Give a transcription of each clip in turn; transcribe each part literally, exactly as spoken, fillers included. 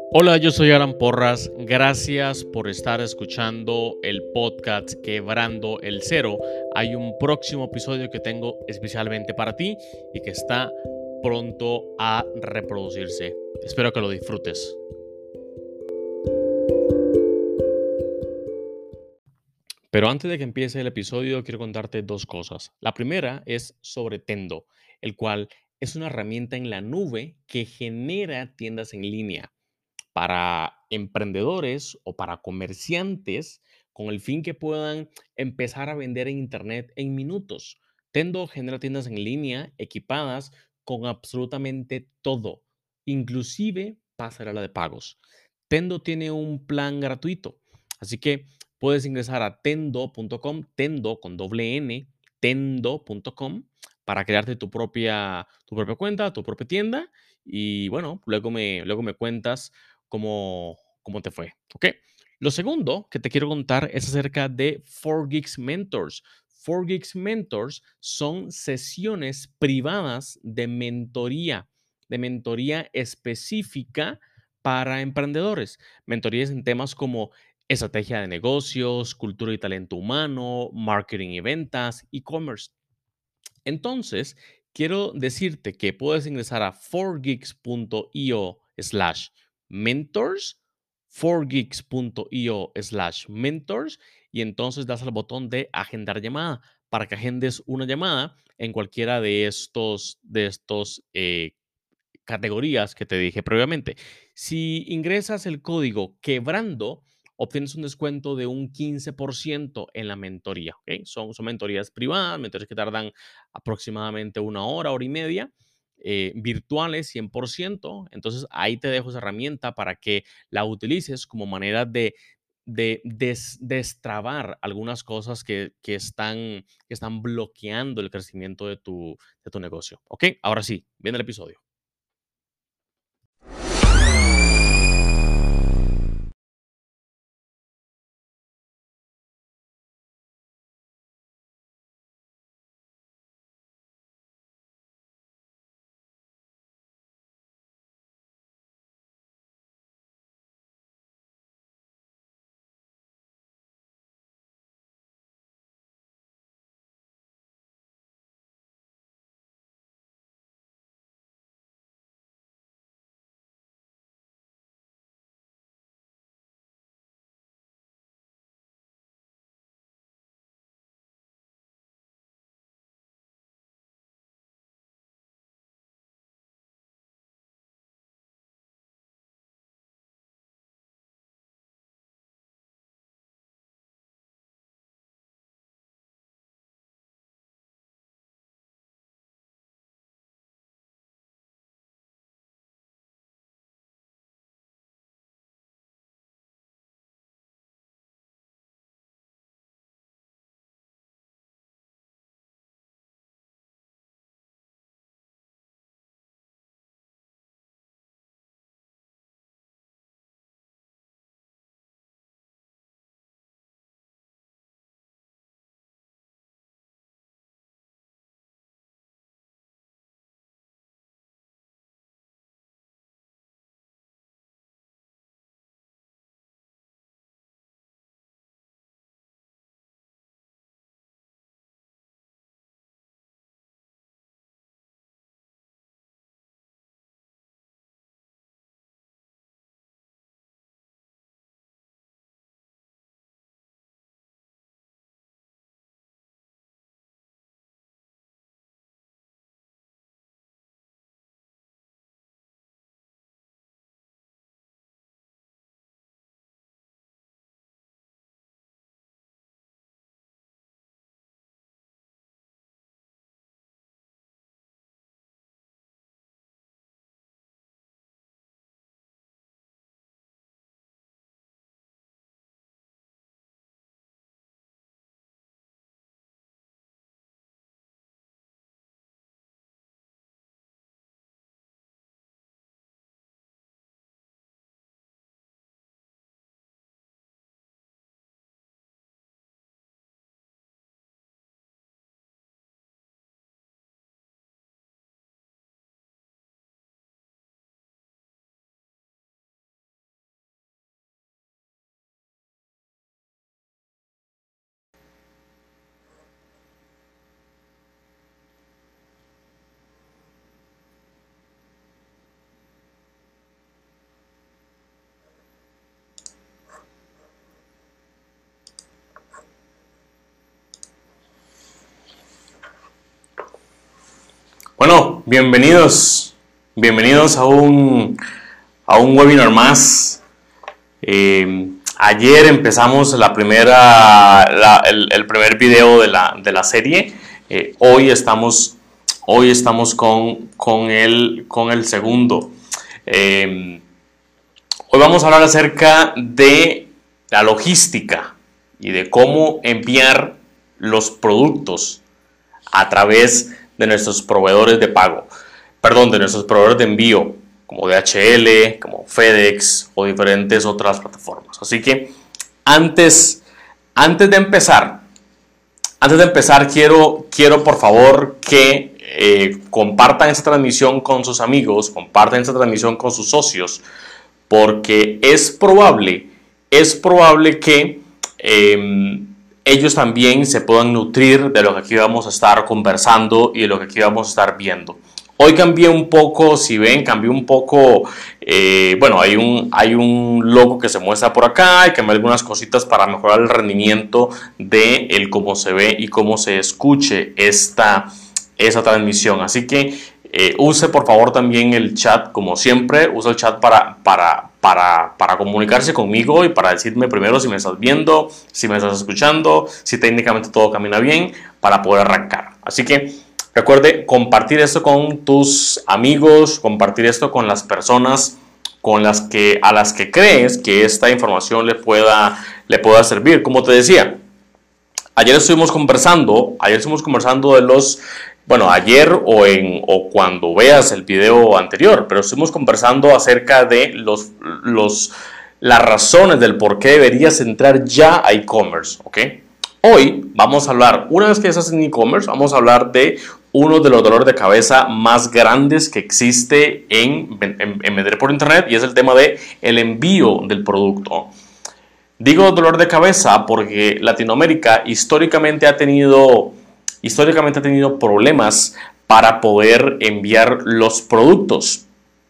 Hola, yo soy Alan Porras. Gracias por estar escuchando el podcast Quebrando el Cero. Hay un próximo episodio que tengo especialmente para ti y que está pronto a reproducirse. Espero que lo disfrutes. Pero antes de que empiece el episodio, quiero contarte dos cosas. La primera es sobre Tendo, el cual es una herramienta en la nube que genera tiendas en línea para emprendedores o para comerciantes con el fin que puedan empezar a vender en Internet en minutos. Tendo genera tiendas en línea equipadas con absolutamente todo, inclusive pasarela de pagos. Tendo tiene un plan gratuito, así que puedes ingresar a tendo punto com, Tendo con doble N, tendo punto com, para crearte tu propia, tu propia cuenta, tu propia tienda. Y bueno, luego me, luego me cuentas cómo, cómo te fue. ¿Ok? Lo segundo que te quiero contar es acerca de cuatro Geeks Mentors. cuatro Geeks Mentors son sesiones privadas de mentoría, de mentoría específica para emprendedores. Mentorías en temas como estrategia de negocios, cultura y talento humano, marketing y ventas, e-commerce. Entonces, quiero decirte que puedes ingresar a four geeks punto io slash mentors, four geeks punto io slash mentors, y entonces das al botón de agendar llamada para que agendes una llamada en cualquiera de estos, de estos eh, categorías que te dije previamente. Si ingresas el código quebrando, obtienes un descuento de un quince por ciento en la mentoría. ¿Ok? Son, son mentorías privadas, mentorías que tardan aproximadamente una hora, hora y media. Eh, virtuales cien por ciento. Entonces ahí te dejo esa herramienta para que la utilices como manera de, de des- destrabar algunas cosas que, que están, que están bloqueando el crecimiento de tu, de tu negocio. ¿Ok? Ahora sí, viene el episodio. Bueno, bienvenidos, bienvenidos a un, a un webinar más. Eh, ayer empezamos la primera, la, el, el primer video de la, de la serie. Eh, hoy estamos, hoy estamos con, con, el, con el segundo. Eh, hoy vamos a hablar acerca de la logística y de cómo enviar los productos a través de nuestros proveedores de pago, perdón, de nuestros proveedores de envío, como D H L, como FedEx o diferentes otras plataformas. Así que antes, antes de empezar, antes de empezar quiero, quiero por favor que eh, compartan esta transmisión con sus amigos, compartan esta transmisión con sus socios, porque es probable, es probable que eh, ellos también se puedan nutrir de lo que aquí vamos a estar conversando y de lo que aquí vamos a estar viendo. Hoy cambié un poco, si ven, cambié un poco, eh, bueno, hay un, hay un logo que se muestra por acá y cambié algunas cositas para mejorar el rendimiento de el cómo se ve y cómo se escuche esta, esta transmisión. Así que eh, use por favor también el chat, como siempre, usa el chat para... para Para, para comunicarse conmigo y para decirme primero si me estás viendo, si me estás escuchando, si técnicamente todo camina bien, para poder arrancar. Así que recuerde compartir esto con tus amigos, compartir esto con las personas con las que, a las que crees que esta información le pueda, le pueda servir. Como te decía, ayer estuvimos conversando, ayer estuvimos conversando de los... Bueno, ayer o, en, o cuando veas el video anterior, pero estuvimos conversando acerca de los, los, las razones del por qué deberías entrar ya a e-commerce, ¿ok? Hoy vamos a hablar, una vez que estás en e-commerce, vamos a hablar de uno de los dolores de cabeza más grandes que existe en, en, en vender por internet, y es el tema de el envío del producto. Digo dolor de cabeza porque Latinoamérica históricamente ha tenido... históricamente ha tenido problemas para poder enviar los productos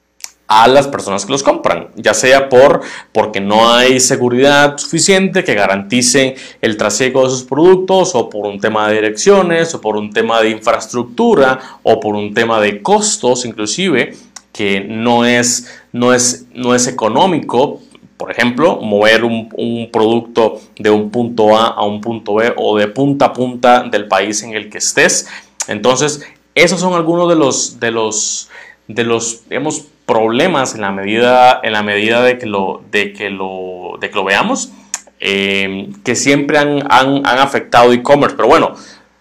a las personas que los compran, ya sea por, porque no hay seguridad suficiente que garantice el trasiego de esos productos, o por un tema de direcciones, o por un tema de infraestructura, o por un tema de costos inclusive, que no es, no es, no es económico. Por ejemplo, mover un, un producto de un punto A a un punto B o de punta a punta del país en el que estés. Entonces, esos son algunos de los, de los, de los digamos, problemas en la medida, en la medida de, que lo, de, que lo, de que lo veamos, eh, que siempre han, han, han afectado e-commerce. Pero bueno,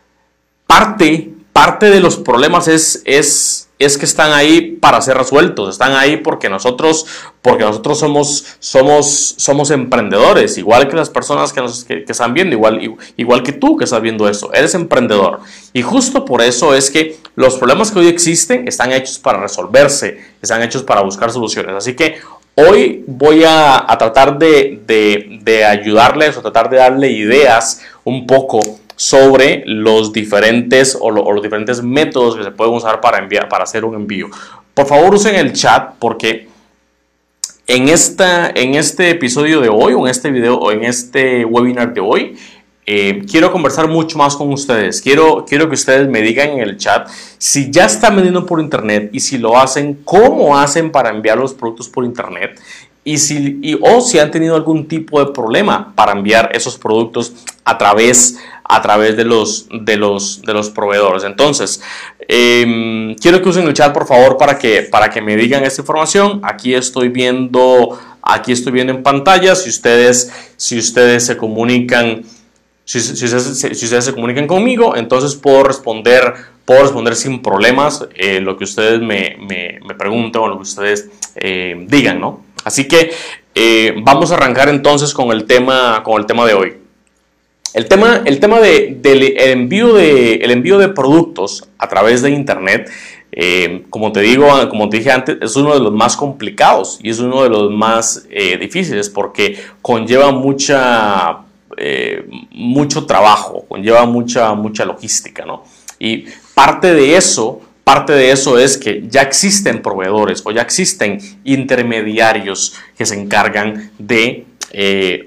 parte, parte de los problemas es... es es que están ahí para ser resueltos, están ahí porque nosotros, porque nosotros somos, somos, somos emprendedores, igual que las personas que, nos, que, que están viendo, igual, igual que tú que estás viendo esto, eres emprendedor. Y justo por eso es que los problemas que hoy existen están hechos para resolverse, están hechos para buscar soluciones. Así que hoy voy a, a tratar de, de, de ayudarles o tratar de darle ideas un poco sobre los diferentes o, lo, o los diferentes métodos que se pueden usar para enviar, para hacer un envío. Por favor, usen el chat, porque en, esta, en este episodio de hoy, o en este video, o en este webinar de hoy, eh, quiero conversar mucho más con ustedes. Quiero, quiero que ustedes me digan en el chat si ya están vendiendo por internet, y si lo hacen, cómo hacen para enviar los productos por internet, y si, y, o si han tenido algún tipo de problema para enviar esos productos a través a través de los, de los, de los proveedores. Entonces, eh, quiero que usen el chat, por favor, para que, para que me digan esta información. Aquí estoy viendo, aquí estoy viendo en pantalla. Si ustedes, si ustedes se comunican, si, si, ustedes, si ustedes se comunican conmigo, entonces puedo responder, puedo responder sin problemas eh, lo que ustedes me, me, me pregunten o lo que ustedes eh, digan, ¿no? Así que eh, vamos a arrancar entonces con el tema, con el tema de hoy. El tema, el tema de, del envío de, el envío de productos a través de internet, eh, como te digo, como te dije antes, es uno de los más complicados y es uno de los más eh, difíciles, porque conlleva mucha, eh, mucho trabajo, conlleva mucha, mucha logística, ¿no? Y parte de eso, parte de eso es que ya existen proveedores o ya existen intermediarios que se encargan de eh,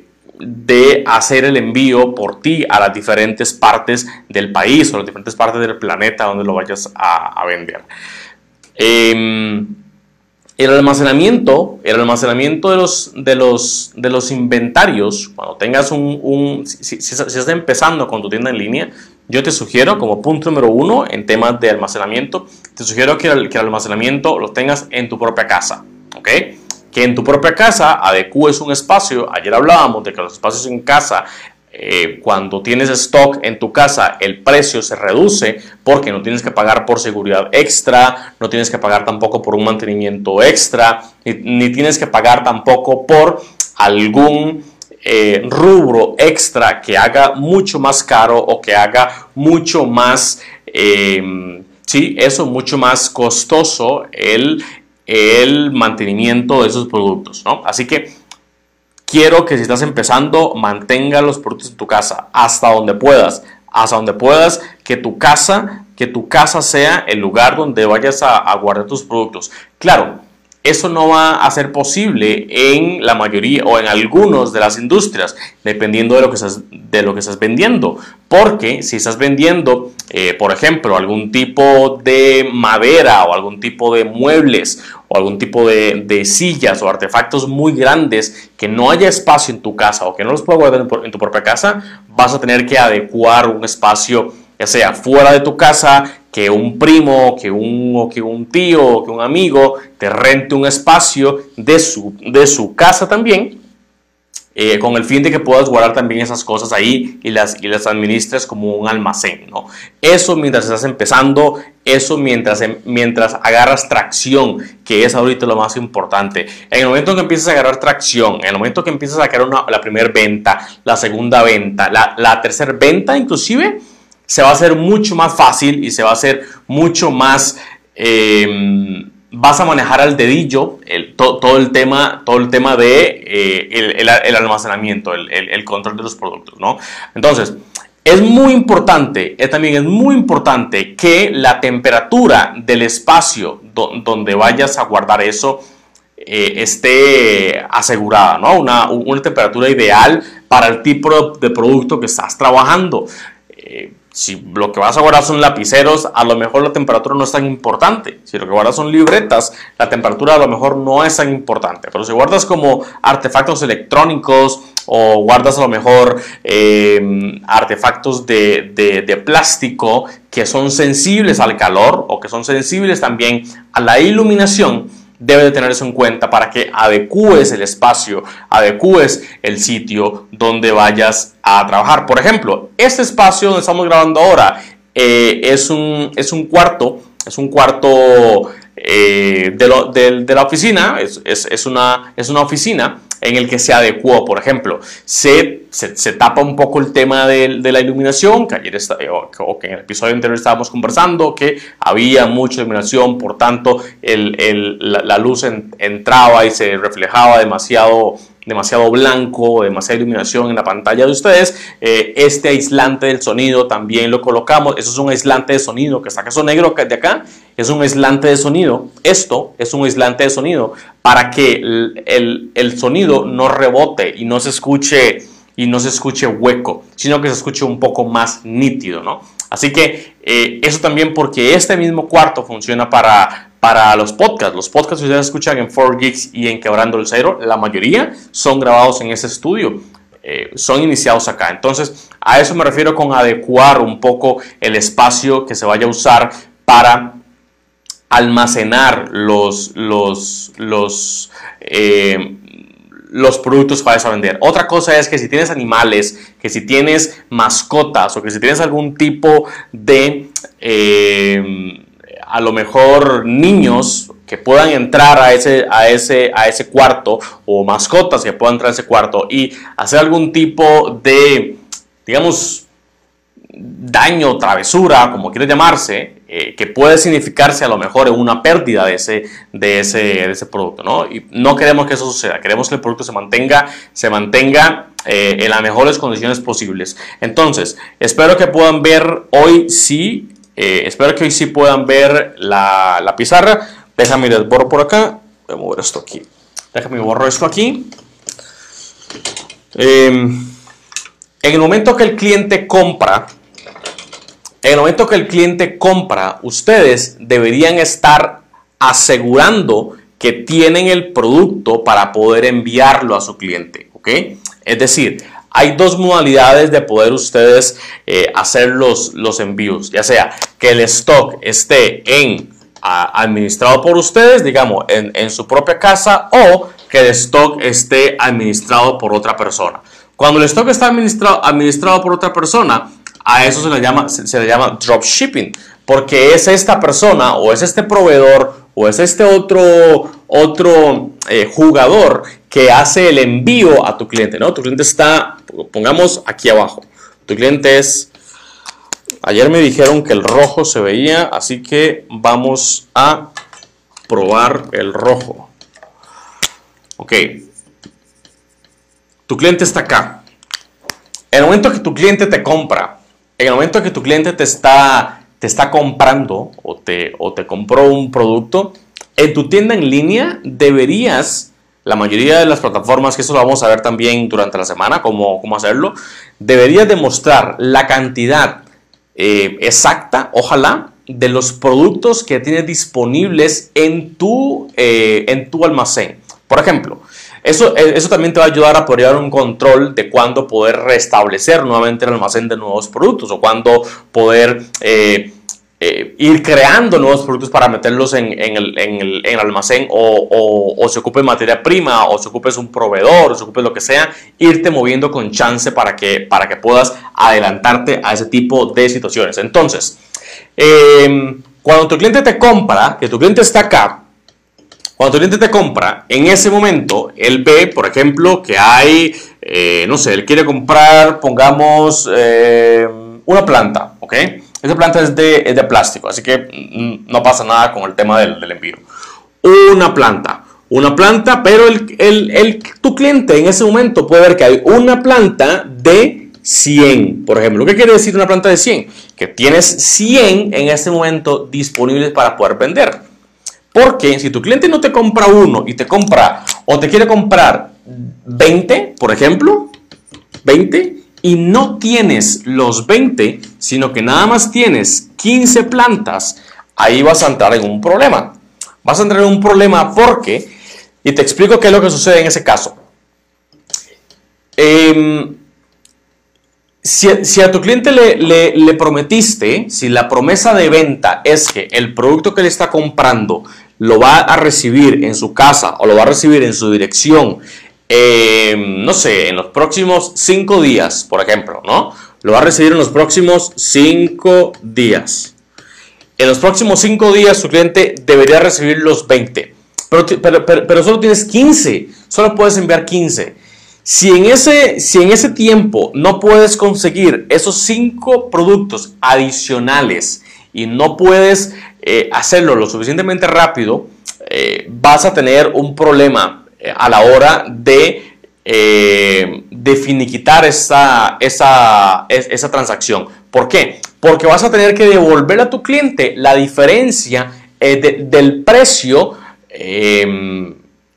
de hacer el envío por ti a las diferentes partes del país o las diferentes partes del planeta donde lo vayas a, a vender. Eh, el almacenamiento, el almacenamiento de los, de los, de los inventarios, cuando tengas un, un si, si, si estás empezando con tu tienda en línea, yo te sugiero como punto número uno en temas de almacenamiento, te sugiero que el, que el almacenamiento lo tengas en tu propia casa, ¿ok? Que en tu propia casa adecúes un espacio. Ayer hablábamos de que los espacios en casa, eh, cuando tienes stock en tu casa, el precio se reduce porque no tienes que pagar por seguridad extra, no tienes que pagar tampoco por un mantenimiento extra, ni, ni tienes que pagar tampoco por algún eh, rubro extra que haga mucho más caro o que haga mucho más, eh, sí, eso, mucho más costoso el el mantenimiento de esos productos, ¿no? Así que quiero que si estás empezando, mantenga los productos en tu casa hasta donde puedas, hasta donde puedas, que tu casa, que tu casa sea el lugar donde vayas a, a guardar tus productos. Claro, eso no va a ser posible en la mayoría o en algunas de las industrias, dependiendo de lo que estás, de lo que estás vendiendo. Porque si estás vendiendo, eh, por ejemplo, algún tipo de madera o algún tipo de muebles o algún tipo de, de sillas o artefactos muy grandes que no haya espacio en tu casa o que no los puedas guardar en, en tu propia casa, vas a tener que adecuar un espacio, ya sea fuera de tu casa, que un primo, que un, o que un tío, o que un amigo te rente un espacio de su, de su casa también, eh, con el fin de que puedas guardar también esas cosas ahí y las, y las administres como un almacén, ¿no? Eso mientras estás empezando, eso mientras, mientras agarras tracción, que es ahorita lo más importante. En el momento en que empiezas a agarrar tracción, en el momento que empiezas a sacar una, la primera venta, la segunda venta, la, la tercera venta inclusive, se va a hacer mucho más fácil y se va a hacer mucho más, eh, vas a manejar al dedillo el, to, todo, el tema, todo el tema de eh, el, el, el almacenamiento, el, el, el control de los productos, ¿no? Entonces, es muy importante, eh, también es muy importante que la temperatura del espacio do, donde vayas a guardar eso eh, esté asegurada, ¿no? Una, una temperatura ideal para el tipo de producto que estás trabajando. Eh, Si lo que vas a guardar son lapiceros, a lo mejor la temperatura no es tan importante. Si lo que guardas son libretas, la temperatura a lo mejor no es tan importante. Pero si guardas como artefactos electrónicos o guardas a lo mejor eh, artefactos de, de, de plástico que son sensibles al calor o que son sensibles también a la iluminación, debe de tener eso en cuenta para que adecúes el espacio, adecúes el sitio donde vayas a trabajar. Por ejemplo, este espacio donde estamos grabando ahora eh, es, un, es un cuarto, es un cuarto eh, de, lo, de, de la oficina, es, es, es, una, es una oficina en el que se adecuó, por ejemplo, se, se, se tapa un poco el tema de, de la iluminación, que ayer está, o, o que en el episodio anterior estábamos conversando, que había mucha iluminación, por tanto el, el, la, la luz en, entraba y se reflejaba demasiado, demasiado blanco, demasiada iluminación en la pantalla de ustedes. Eh, este aislante del sonido también lo colocamos, eso es un aislante de sonido que está eso negro de acá, es un aislante de sonido, esto es un aislante de sonido para que el, el, el sonido no rebote y no se escuche y no se escuche hueco, sino que se escuche un poco más nítido, ¿no? Así que eh, eso también porque este mismo cuarto funciona para, para los podcasts. Los podcasts que ustedes escuchan en cuatro Geeks y en Quebrando el Cero, la mayoría son grabados en ese estudio. Eh, son iniciados acá. Entonces, a eso me refiero con adecuar un poco el espacio que se vaya a usar para almacenar los, los, los, eh, los productos que vayas a vender. Otra cosa es que si tienes animales, que si tienes mascotas o que si tienes algún tipo de, eh, a lo mejor niños que puedan entrar a ese, a, ese, a ese cuarto o mascotas que puedan entrar a ese cuarto y hacer algún tipo de, digamos, daño, travesura, como quiera llamarse, eh, que puede significarse a lo mejor en una pérdida de ese, de ese, de ese producto, ¿no? Y no queremos que eso suceda, queremos que el producto se mantenga, se mantenga eh, en las mejores condiciones posibles. Entonces, espero que puedan ver hoy sí, eh, espero que hoy sí puedan ver la, la pizarra. Déjame ir borro por acá, voy a mover esto aquí, déjame borro esto aquí. Eh, en el momento que el cliente compra, en el momento que el cliente compra, ustedes deberían estar asegurando que tienen el producto para poder enviarlo a su cliente, ¿ok? Es decir, hay dos modalidades de poder ustedes eh, hacer los, los envíos, ya sea que el stock esté en, a, administrado por ustedes, digamos, en, en su propia casa, o que el stock esté administrado por otra persona. Cuando el stock está administrado, administrado por otra persona, a eso se le llama, se, se le llama dropshipping, porque es esta persona o es este proveedor o es este otro, otro eh, jugador que hace el envío a tu cliente, ¿no? Tu cliente está, pongamos aquí abajo, tu cliente es, ayer me dijeron que el rojo se veía, así que vamos a probar el rojo. Ok, tu cliente está acá. En el momento que tu cliente te compra, en el momento que tu cliente te está, te está comprando o te, o te compró un producto, en tu tienda en línea deberías, la mayoría de las plataformas, que eso lo vamos a ver también durante la semana, cómo, cómo hacerlo, deberías demostrar la cantidad eh, exacta, ojalá, de los productos que tienes disponibles en tu, eh, en tu almacén. Por ejemplo, Eso, eso también te va a ayudar a poder dar un control de cuándo poder restablecer nuevamente el almacén de nuevos productos o cuándo poder eh, eh, ir creando nuevos productos para meterlos en, en, el, en, el, en el almacén o, o, o se ocupe materia prima o se ocupes un proveedor o se ocupe lo que sea, irte moviendo con chance para que, para que puedas adelantarte a ese tipo de situaciones. Entonces, eh, cuando tu cliente te compra, que tu cliente está acá, cuando tu cliente te compra, en ese momento, él ve, por ejemplo, que hay, eh, no sé, él quiere comprar, pongamos, eh, una planta, ¿ok? Esa planta es de, es de plástico, así que no pasa nada con el tema del, del envío. Una planta, una planta, pero el, el, el, tu cliente en ese momento puede ver que hay una planta de cien, por ejemplo. ¿Qué quiere decir una planta de cien? Que tienes cien en ese momento disponibles para poder vender. Porque si tu cliente no te compra uno y te compra o te quiere comprar veinte, por ejemplo, veinte, y no tienes los veinte, sino que nada más tienes quince plantas, ahí vas a entrar en un problema. Vas a entrar en un problema porque, y te explico qué es lo que sucede en ese caso. Eh, Si, si a tu cliente le, le, le prometiste, si la promesa de venta es que el producto que le está comprando lo va a recibir en su casa o lo va a recibir en su dirección, eh, no sé, en los próximos cinco días, por ejemplo, ¿no? Lo va a recibir en los próximos cinco días. En los próximos cinco días su cliente debería recibir los veinte, pero, pero, pero, pero solo tienes quince, solo puedes enviar quince. Si en, ese, si en ese tiempo no puedes conseguir esos cinco productos adicionales y no puedes eh, hacerlo lo suficientemente rápido, eh, vas a tener un problema eh, a la hora de, eh, de finiquitar esa, esa, esa transacción. ¿Por qué? Porque vas a tener que devolver a tu cliente la diferencia eh, de, del precio eh,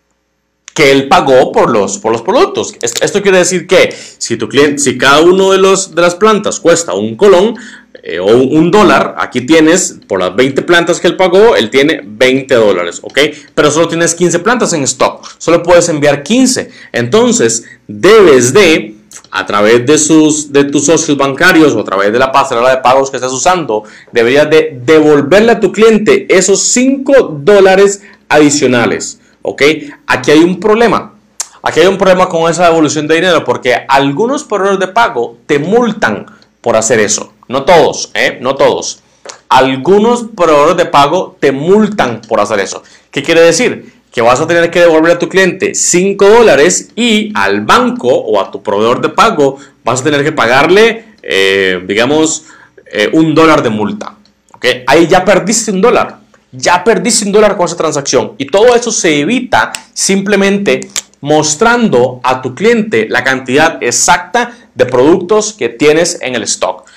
que él pagó por los, por los productos. Esto quiere decir que si tu cliente, si cada uno de, los, de las plantas cuesta un colón eh, o un, un dólar, aquí tienes, por las veinte plantas que él pagó, él tiene veinte dólares, ¿ok? Pero solo tienes quince plantas en stock, solo puedes enviar quince. Entonces, debes de, a través de, sus, de tus socios bancarios o a través de la pasarela de pagos que estás usando, deberías de devolverle a tu cliente esos cinco dólares adicionales. ¿Ok? Aquí hay un problema. Aquí hay un problema con esa devolución de dinero porque algunos proveedores de pago te multan por hacer eso. No todos, ¿eh? No todos. Algunos proveedores de pago te multan por hacer eso. ¿Qué quiere decir? Que vas a tener que devolver a tu cliente cinco dólares y al banco o a tu proveedor de pago vas a tener que pagarle, eh, digamos, eh, un dólar de multa. ¿Ok? Ahí ya perdiste un dólar. Ya perdiste un dólar con esa transacción y todo eso se evita simplemente mostrando a tu cliente la cantidad exacta de productos que tienes en el stock.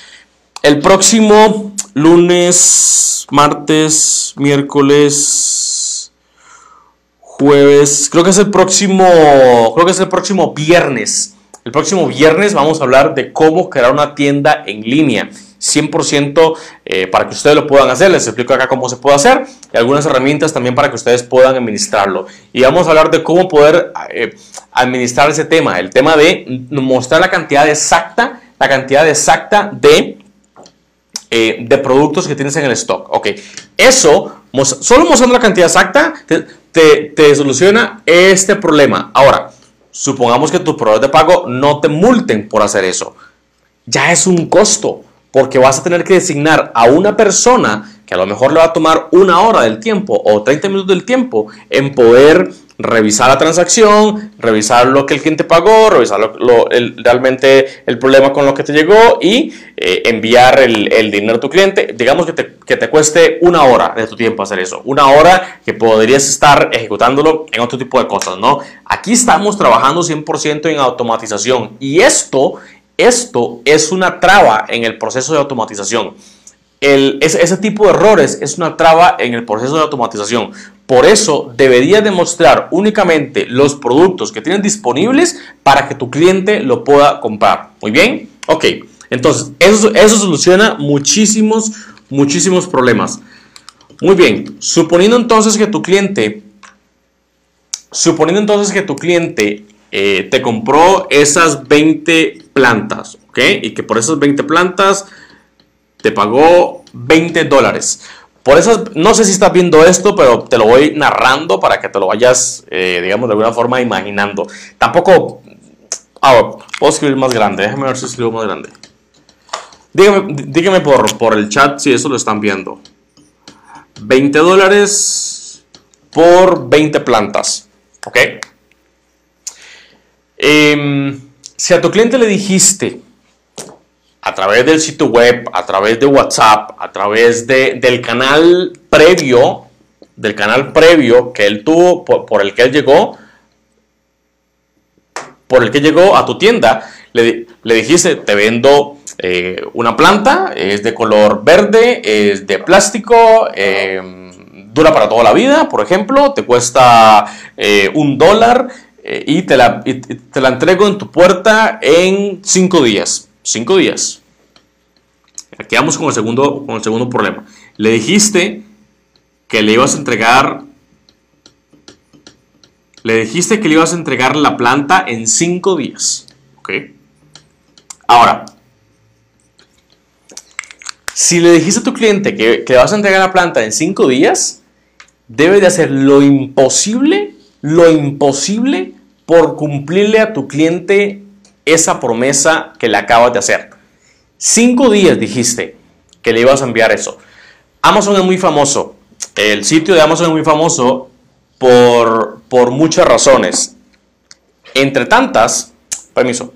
El próximo lunes, martes, miércoles, jueves, creo que es el próximo, creo que es el próximo viernes. El próximo viernes vamos a hablar de cómo crear una tienda en línea. cien por ciento eh, para que ustedes lo puedan hacer. Les explico acá cómo se puede hacer y algunas herramientas también para que ustedes puedan administrarlo. Y vamos a hablar de cómo poder eh, administrar ese tema. El tema de mostrar la cantidad exacta, la cantidad exacta de, eh, de productos que tienes en el stock. Ok, eso, solo mostrando la cantidad exacta, te, te, te soluciona este problema. Ahora, supongamos que tus proveedores de pago no te multen por hacer eso. Ya es un costo, porque vas a tener que designar a una persona que a lo mejor le va a tomar una hora del tiempo o treinta minutos del tiempo en poder revisar la transacción, revisar lo que el cliente pagó, revisar lo, lo, el, realmente el problema con lo que te llegó y eh, enviar el, el dinero a tu cliente. Digamos que te, que te cueste una hora de tu tiempo hacer eso. Una hora que podrías estar ejecutándolo en otro tipo de cosas, ¿no? Aquí estamos trabajando cien por ciento en automatización y esto... Esto es una traba en el proceso de automatización. El, ese, ese tipo de errores es una traba en el proceso de automatización. Por eso deberías demostrar únicamente los productos que tienes disponibles para que tu cliente lo pueda comprar. Muy bien. Ok. Entonces, eso, eso soluciona muchísimos, muchísimos problemas. Muy bien. Suponiendo entonces que tu cliente, suponiendo entonces que tu cliente eh, te compró esas veinte plantas, ¿ok? Y que por esas veinte plantas te pagó veinte dólares. Por esas, no sé si estás viendo esto, pero te lo voy narrando para que te lo vayas, eh, digamos, de alguna forma imaginando. Tampoco, ah, puedo escribir más grande, déjame ver si escribo más grande. Dígame, dígame por, por el chat si eso lo están viendo. veinte dólares por veinte plantas, ¿ok? Eh, Si a tu cliente le dijiste a través del sitio web, a través de WhatsApp, a través de, del canal previo, del canal previo que él tuvo, por, por el que él llegó, por el que llegó a tu tienda, le, le dijiste, te vendo eh, una planta, es de color verde, es de plástico, eh, dura para toda la vida, por ejemplo, te cuesta eh, un dólar, Eh, y, te la, y te la entrego en tu puerta en cinco días. cinco días. Aquí vamos con el, segundo, con el segundo problema. Le dijiste que le ibas a entregar. Le dijiste que le ibas a entregar la planta en cinco días. ¿Ok? Ahora, si le dijiste a tu cliente que, que le vas a entregar la planta en cinco días, debes de hacer lo imposible. Lo imposible por cumplirle a tu cliente esa promesa que le acabas de hacer. Cinco días dijiste que le ibas a enviar eso. Amazon es muy famoso. El sitio de Amazon es muy famoso por, por muchas razones. Entre tantas, permiso.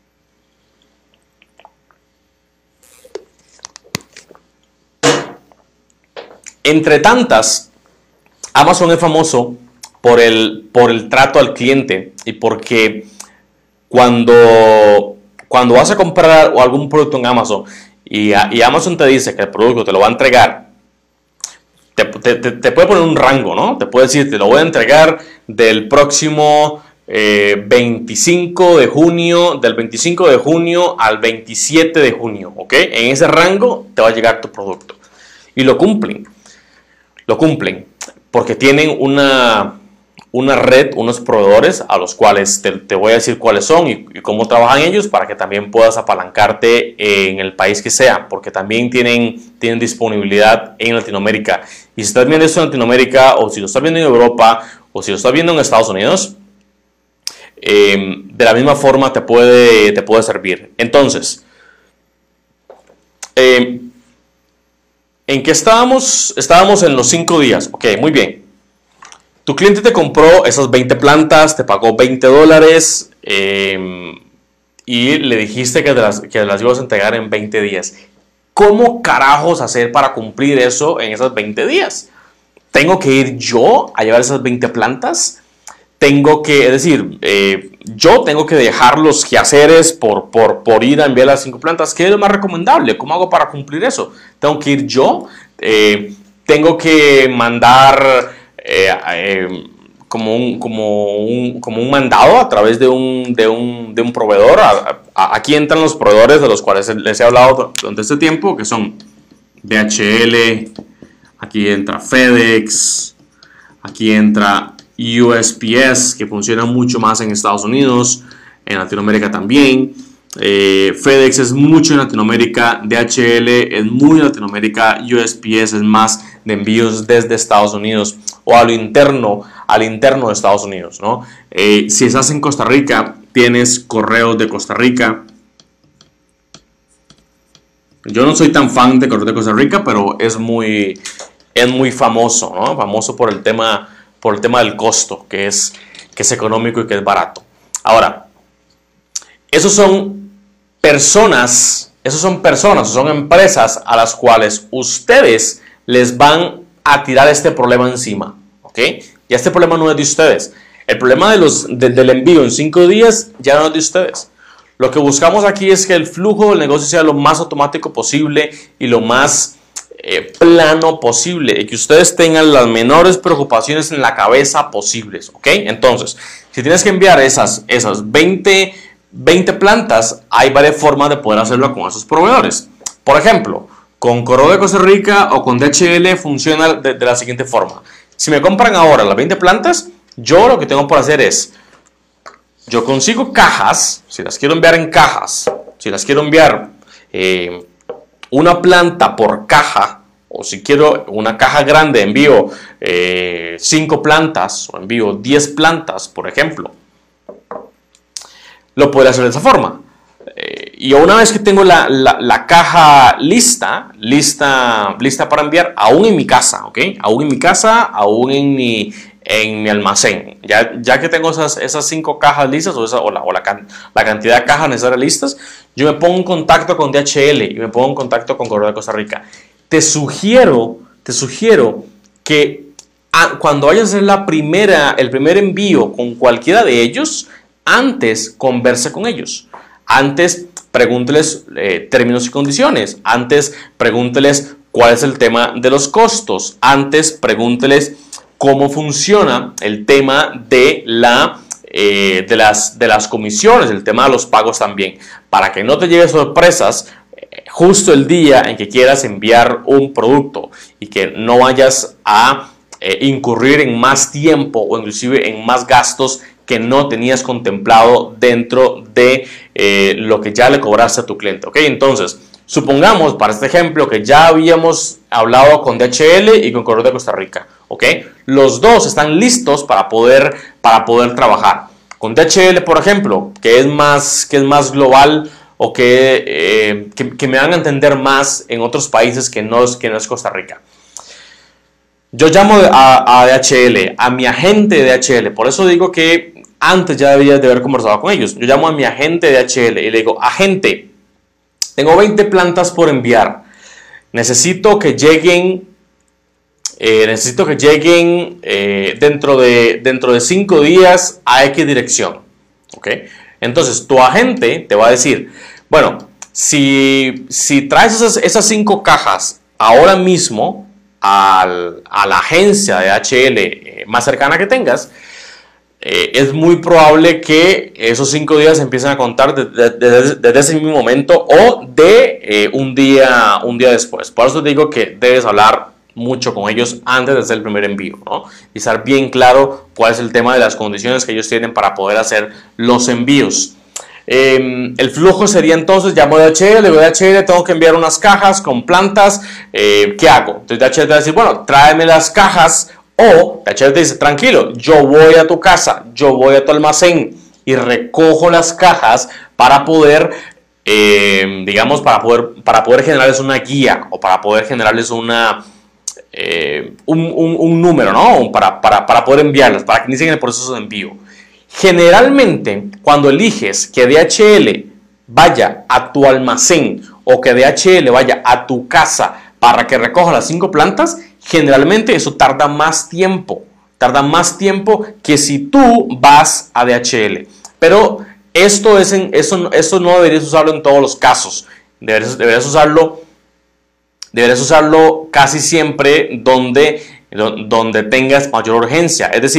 Entre tantas, Amazon es famoso Por el, por el trato al cliente y porque cuando, cuando vas a comprar algún producto en Amazon y, y Amazon te dice que el producto te lo va a entregar, te, te, te puede poner un rango, ¿no? Te puede decir, te lo voy a entregar del próximo eh, veinticinco de junio, del veinticinco de junio al veintisiete de junio, ¿ok? En ese rango te va a llegar tu producto. Y lo cumplen, lo cumplen, porque tienen una... una red, unos proveedores a los cuales te, te voy a decir cuáles son y, y cómo trabajan ellos para que también puedas apalancarte en el país que sea, porque también tienen, tienen disponibilidad en Latinoamérica. Y si estás viendo esto en Latinoamérica o si lo estás viendo en Europa o si lo estás viendo en Estados Unidos, eh, de la misma forma te puede, te puede servir. Entonces, eh, ¿en qué estábamos? Estábamos en los cinco días. Ok, muy bien. Tu cliente te compró esas veinte plantas, te pagó veinte dólares eh, y le dijiste que, te las, que las ibas a entregar en veinte días. ¿Cómo carajos hacer para cumplir eso en esos veinte días? ¿Tengo que ir yo a llevar esas veinte plantas? Tengo que, es decir, eh, yo tengo que dejar los quehaceres por, por, por ir a enviar las cinco plantas. ¿Qué es lo más recomendable? ¿Cómo hago para cumplir eso? ¿Tengo que ir yo? Eh, ¿Tengo que mandar... Eh, eh, como un, como un, como un mandado a través de un, de un, de un proveedor. A, a, aquí entran los proveedores de los cuales les he hablado durante este tiempo, que son D H L, aquí entra FedEx, aquí entra U S P S, que funciona mucho más en Estados Unidos, en Latinoamérica también. Eh, FedEx es mucho en Latinoamérica, D H L es muy en Latinoamérica, U S P S es más de envíos desde Estados Unidos o a lo interno, al interno de Estados Unidos, ¿no? Eh, si estás en Costa Rica, tienes correos de Costa Rica. Yo no soy tan fan de correos de Costa Rica, pero es muy, es muy famoso, ¿no? Famoso por el tema, por el tema del costo, que es, que es económico y que es barato. Ahora, esos son personas, esos son personas, son empresas a las cuales ustedes les van a tirar este problema encima, ¿ok? Ya este problema no es de ustedes. El problema de los, de, del envío en cinco días ya no es de ustedes. Lo que buscamos aquí es que el flujo del negocio sea lo más automático posible y lo más eh, plano posible, y que ustedes tengan las menores preocupaciones en la cabeza posibles, ¿ok? Entonces, si tienes que enviar esas, esas veinte, veinte plantas, hay varias formas de poder hacerlo con esos proveedores. Por ejemplo, con Correo de Costa Rica o con D H L funciona de, de la siguiente forma. Si me compran ahora las veinte plantas, yo lo que tengo por hacer es, yo consigo cajas, si las quiero enviar en cajas, si las quiero enviar eh, una planta por caja, o si quiero una caja grande, envío eh, cinco plantas o envío diez plantas, por ejemplo. Lo puedo hacer de esa forma. Eh, y una vez que tengo la, la, la caja lista, lista, lista para enviar, aún en mi casa, ¿ok? Aún en mi casa, aún en mi, en mi almacén. Ya, ya que tengo esas, esas cinco cajas listas o, esa, o, la, o la, can, la cantidad de cajas necesarias listas, yo me pongo en contacto con D H L y me pongo en contacto con Correo de Costa Rica. Te sugiero, te sugiero que a, cuando vayas a hacer la primera, el primer envío con cualquiera de ellos, antes converse con ellos. Antes pregúnteles eh, términos y condiciones. Antes pregúnteles cuál es el tema de los costos. Antes pregúnteles cómo funciona el tema de, la, eh, de, las, de las comisiones, el tema de los pagos también. Para que no te lleves sorpresas eh, justo el día en que quieras enviar un producto y que no vayas a eh, incurrir en más tiempo o inclusive en más gastos que no tenías contemplado dentro de eh, lo que ya le cobraste a tu cliente, ¿ok? Entonces, supongamos para este ejemplo que ya habíamos hablado con D H L y con Correo de Costa Rica, ¿ok? Los dos están listos para poder, para poder trabajar. Con D H L, por ejemplo, que es más, que es más global o que, eh, que, que me van a entender más en otros países que no es, que no es Costa Rica. Yo llamo a, a D H L, a mi agente de D H L, por eso digo que antes ya deberías de haber conversado con ellos. Yo llamo a mi agente de D H L y le digo, agente, tengo veinte plantas por enviar, necesito que lleguen, eh, necesito que lleguen eh, dentro de, dentro de cinco días a X dirección, ¿ok? Entonces tu agente te va a decir, bueno, si, si traes esas, esas cinco cajas ahora mismo al, a la agencia de D H L eh, más cercana que tengas, Eh, es muy probable que esos cinco días empiecen a contar desde, desde, desde ese mismo momento o de eh, un, día, un día después. Por eso te digo que debes hablar mucho con ellos antes de hacer el primer envío, ¿no? Y estar bien claro cuál es el tema de las condiciones que ellos tienen para poder hacer los envíos. Eh, el flujo sería entonces, llamo a D H L, le digo a D H L, tengo que enviar unas cajas con plantas, eh, ¿qué hago? Entonces D H L te va a decir, bueno, tráeme las cajas. O D H L te dice, tranquilo, yo voy a tu casa, yo voy a tu almacén y recojo las cajas para poder, eh, digamos, para poder, para poder generarles una guía o para poder generarles una, eh, un, un, un número, ¿no? Para, para, para poder enviarlas, para que inicien el proceso de envío. Generalmente, cuando eliges que D H L vaya a tu almacén o que D H L vaya a tu casa para que recoja las cinco plantas, generalmente eso tarda más tiempo, tarda más tiempo que si tú vas a D H L. Pero esto, es en, eso, eso no deberías usarlo en todos los casos. Deberías, deberías, usarlo, deberías usarlo casi siempre donde, donde tengas mayor urgencia. Es decir,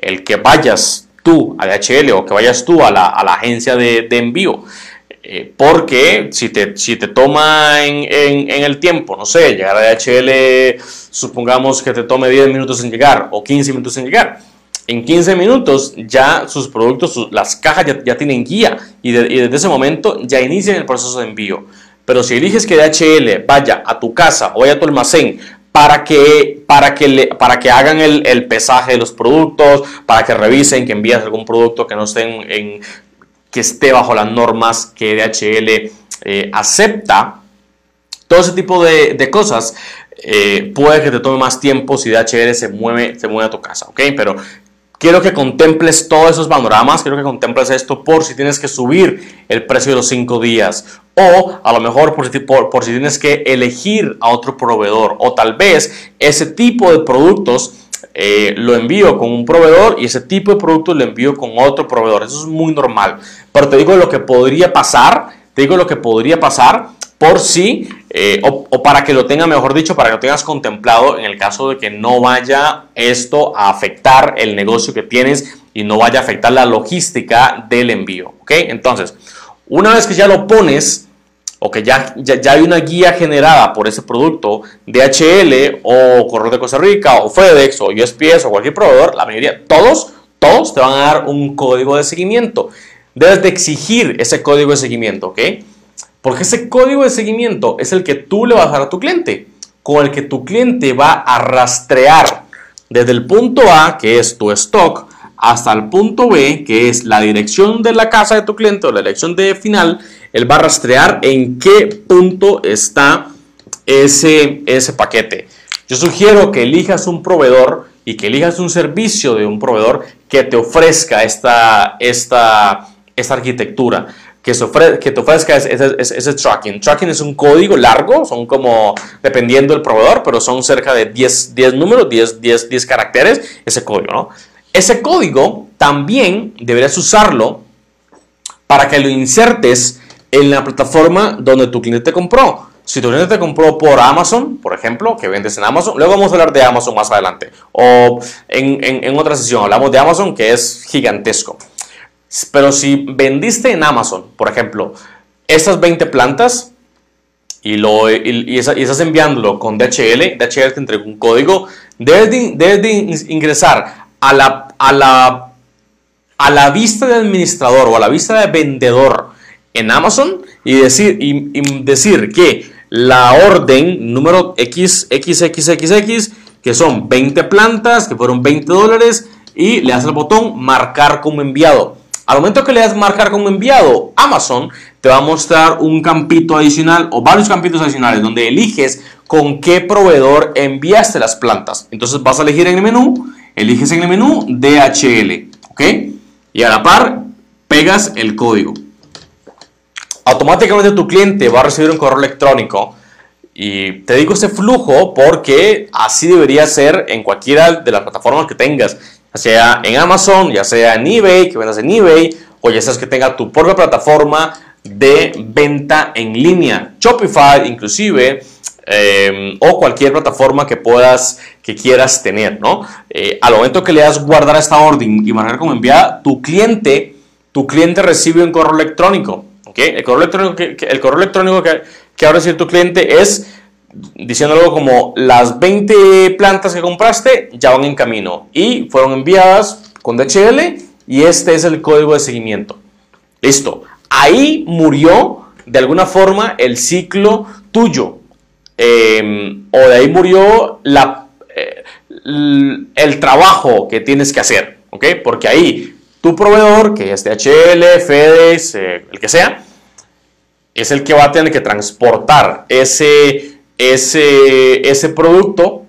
el que vayas tú a D H L o que vayas tú a la, a la agencia de, de envío. Eh, porque si te, si te toma en, en, en el tiempo, no sé, llegar a D H L, supongamos que te tome diez minutos en llegar o quince minutos en llegar. En quince minutos ya sus productos, sus, las cajas ya, ya tienen guía y, de, y desde ese momento ya inician el proceso de envío. Pero si eliges que D H L vaya a tu casa o vaya a tu almacén para que, para que, le, para que hagan el, el pesaje de los productos, para que revisen que envías algún producto que no esté en, en que esté bajo las normas que D H L eh, acepta, todo ese tipo de, de cosas eh, puede que te tome más tiempo si D H L se mueve, se mueve a tu casa, ¿ok? Pero quiero que contemples todos esos panoramas, quiero que contemples esto por si tienes que subir el precio de los cinco días o a lo mejor por si, por, por si tienes que elegir a otro proveedor o tal vez ese tipo de productos Eh, lo envío con un proveedor y ese tipo de productos lo envío con otro proveedor. Eso es muy normal. Pero te digo lo que podría pasar, te digo lo que podría pasar por si, eh, o, o para que lo tengas, mejor dicho, para que lo tengas contemplado en el caso de que no vaya esto a afectar el negocio que tienes y no vaya a afectar la logística del envío. ¿Ok? Entonces, una vez que ya lo pones, o que ya, ya, ya hay una guía generada por ese producto, D H L o Correo de Costa Rica o FedEx o U S P S o cualquier proveedor, la mayoría, todos, todos te van a dar un código de seguimiento. Debes de exigir ese código de seguimiento, ¿ok? Porque ese código de seguimiento es el que tú le vas a dar a tu cliente, con el que tu cliente va a rastrear desde el punto A, que es tu stock, hasta el punto B, que es la dirección de la casa de tu cliente o la dirección de final. Él va a rastrear en qué punto está ese, ese paquete. Yo sugiero que elijas un proveedor y que elijas un servicio de un proveedor que te ofrezca esta, esta, esta arquitectura, que, se ofre, que te ofrezca ese, ese, ese tracking. Tracking es un código largo, son como, dependiendo del proveedor, pero son cerca de diez, diez números, diez, diez, diez caracteres, ese código, ¿no? Ese código también deberías usarlo para que lo insertes en la plataforma donde tu cliente te compró. Si tu cliente te compró por Amazon, por ejemplo, que vendes en Amazon, luego vamos a hablar de Amazon más adelante. O en, en, en otra sesión hablamos de Amazon, que es gigantesco. Pero si vendiste en Amazon, por ejemplo, estas veinte plantas y, lo, y, y, esa, y estás enviándolo con D H L, D H L te entrega un código, debes de, debes de ingresar a la, a, la, a la vista de administrador o a la vista de vendedor en Amazon y decir, y, y decir que la orden número X X X X X, que son veinte plantas, que fueron veinte dólares, y le das el botón marcar como enviado. Al momento que le das marcar como enviado, Amazon te va a mostrar un campito adicional o varios campitos adicionales donde eliges con qué proveedor enviaste las plantas. Entonces vas a elegir en el menú, eliges en el menú D H L, ¿ok? Y a la par pegas el código. Automáticamente tu cliente va a recibir un correo electrónico. Y te digo este flujo porque así debería ser en cualquiera de las plataformas que tengas, ya sea en Amazon, ya sea en eBay, que vendas en eBay, o ya sea que tenga tu propia plataforma de venta en línea, Shopify inclusive, eh, o cualquier plataforma que puedas, que quieras tener, ¿no? Eh, al momento que le das guardar esta orden y marcar como enviada, tu cliente, tu cliente recibe un correo electrónico. ¿Okay? El correo electrónico, que, que, el correo electrónico que, que va a recibir tu cliente es diciendo algo como las veinte plantas que compraste ya van en camino y fueron enviadas con D H L y este es el código de seguimiento. Listo. Ahí murió de alguna forma el ciclo tuyo. Eh, o de ahí murió la, eh, el trabajo que tienes que hacer. ¿Okay? Porque ahí tu proveedor, que es D H L, FedEx, eh, el que sea, es el que va a tener que transportar ese, ese, ese producto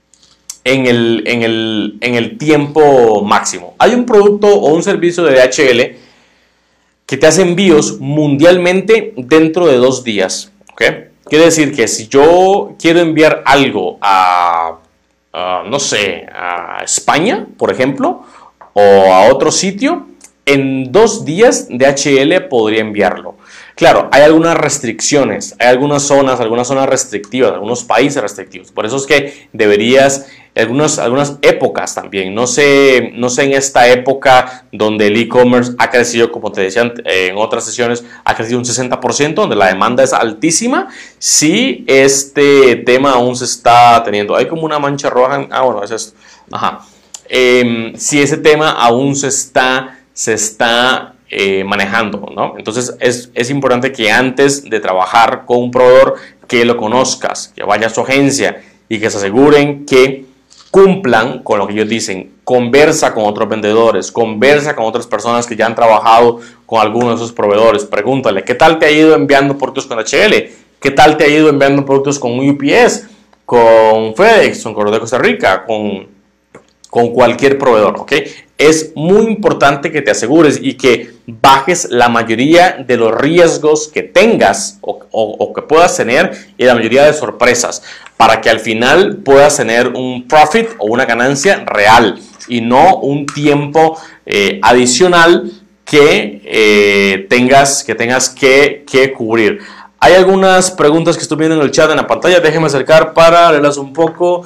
en el, en, el, en el tiempo máximo. Hay un producto o un servicio de D H L que te hace envíos mundialmente dentro de dos días. ¿Okay? Quiere decir que si yo quiero enviar algo a, a, no sé, a España, por ejemplo, o a otro sitio, en dos días D H L podría enviarlo. Claro, hay algunas restricciones, hay algunas zonas, algunas zonas restrictivas, algunos países restrictivos. Por eso es que deberías, algunas, algunas épocas también, no sé, no sé en esta época donde el e-commerce ha crecido, como te decía en otras sesiones, ha crecido un sesenta por ciento, donde la demanda es altísima, si este tema aún se está teniendo. Hay como una mancha roja, ah bueno, es esto, ajá. Eh, si ese tema aún se está, se está eh, manejando, ¿no? Entonces es, es importante que antes de trabajar con un proveedor, que lo conozcas, que vaya a su agencia y que se aseguren que cumplan con lo que ellos dicen. Conversa con otros vendedores, conversa con otras personas que ya han trabajado con algunos de esos proveedores. Pregúntale, ¿qué tal te ha ido enviando productos con H L? ¿Qué tal te ha ido enviando productos con U P S? Con FedEx, con Correo de Costa Rica, con... con cualquier proveedor, ¿ok? Es muy importante que te asegures y que bajes la mayoría de los riesgos que tengas o, o, o que puedas tener y la mayoría de sorpresas para que al final puedas tener un profit o una ganancia real y no un tiempo eh, adicional que, eh, tengas, que tengas que, que cubrir. Hay algunas preguntas que estoy viendo en el chat en la pantalla, déjenme acercar para leerlas un poco.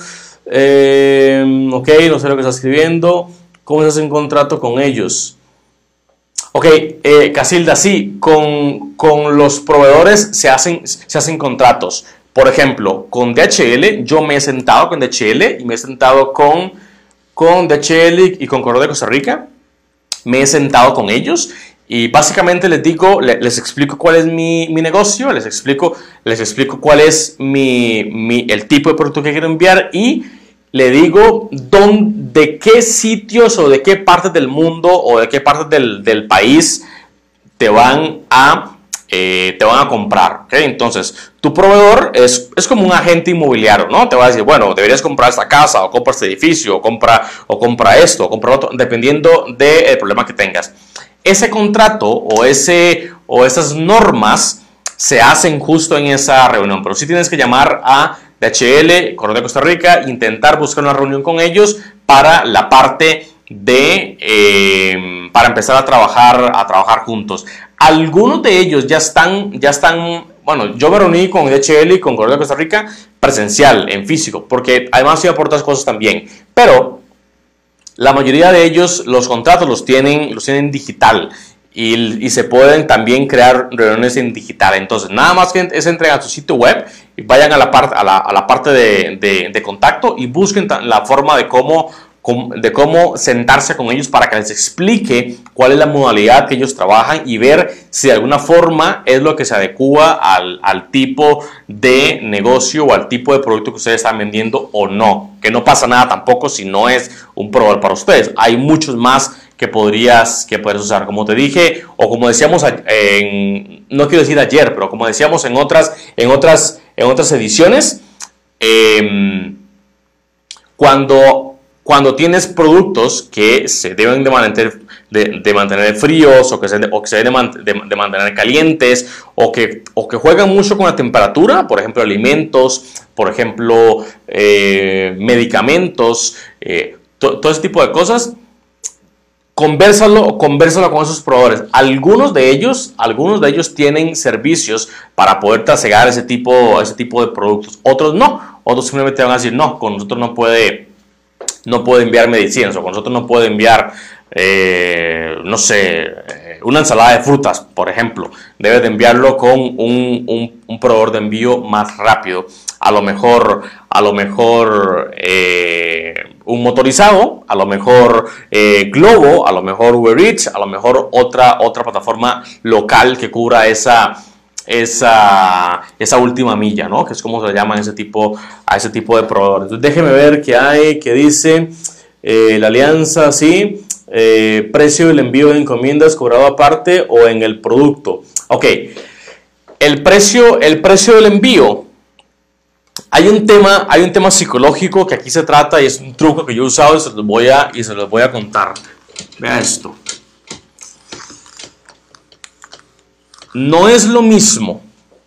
Eh, ok, no sé lo que está escribiendo. ¿Cómo se hace un contrato con ellos? Ok, eh, Casilda, sí, con, con los proveedores se hacen, se hacen contratos. Por ejemplo, con D H L, yo me he sentado con D H L y me he sentado con, con D H L y con Correo de Costa Rica. Me he sentado con ellos y básicamente les digo, les, les explico cuál es mi, mi negocio, les explico, les explico cuál es mi, mi, el tipo de producto que quiero enviar y le digo dónde, de qué sitios o de qué partes del mundo o de qué partes del, del país te van a, eh, te van a comprar. ¿Okay? Entonces, tu proveedor es, es como un agente inmobiliario, ¿no? Te va a decir, bueno, deberías comprar esta casa o compra este edificio o compra, o compra esto o compra otro, dependiendo del problema que tengas. Ese contrato o, ese, o esas normas se hacen justo en esa reunión, pero sí tienes que llamar a D H L, Correo de Costa Rica, intentar buscar una reunión con ellos para la parte de, eh, para empezar a trabajar, a trabajar juntos. Algunos de ellos ya están, ya están, bueno, yo me reuní con D H L y con Correo de Costa Rica presencial, en físico, porque además iba por otras cosas también, pero la mayoría de ellos los contratos los tienen, los tienen digital. Y, y se pueden también crear reuniones en digital. Entonces, nada más que es entren a su sitio web y vayan a la, part, a la, a la parte de, de, de contacto y busquen la forma de cómo, de cómo sentarse con ellos para que les explique cuál es la modalidad que ellos trabajan y ver si de alguna forma es lo que se adecua al, al tipo de negocio o al tipo de producto que ustedes están vendiendo o no. Que no pasa nada tampoco si no es un proveedor para ustedes. Hay muchos más que podrías, que puedes usar, como te dije, o como decíamos en, no quiero decir ayer, pero como decíamos en otras, en otras, en otras ediciones, eh, cuando, cuando tienes productos que se deben de mantener, de, de mantener fríos o que se, o que se deben de, de, de mantener calientes o que, o que juegan mucho con la temperatura, por ejemplo alimentos, por ejemplo eh, medicamentos, eh, to, todo ese tipo de cosas. Convérsalo, convérsalo con esos proveedores. Algunos de ellos, algunos de ellos tienen servicios para poder trasegar ese tipo, ese tipo de productos. Otros no. Otros simplemente van a decir, no, con nosotros no puede, no puede enviar medicinas o con nosotros no puede enviar, eh, no sé, una ensalada de frutas, por ejemplo. Debes de enviarlo con un, un, un proveedor de envío más rápido. A lo mejor, a lo mejor eh, un motorizado, a lo mejor eh, Globo, a lo mejor Uber Eats, a lo mejor otra, otra plataforma local que cubra esa, esa, esa última milla, ¿no? Que es como se llama ese tipo, a ese tipo de proveedores. Entonces, déjeme ver qué hay, qué dice eh, la alianza, sí, eh, precio del envío de encomiendas cobrado aparte o en el producto. Ok, el precio, el precio del envío. Hay un tema, hay un tema psicológico que aquí se trata y es un truco que yo he usado y se los voy a, y se los voy a contar. Vea esto. No es lo mismo,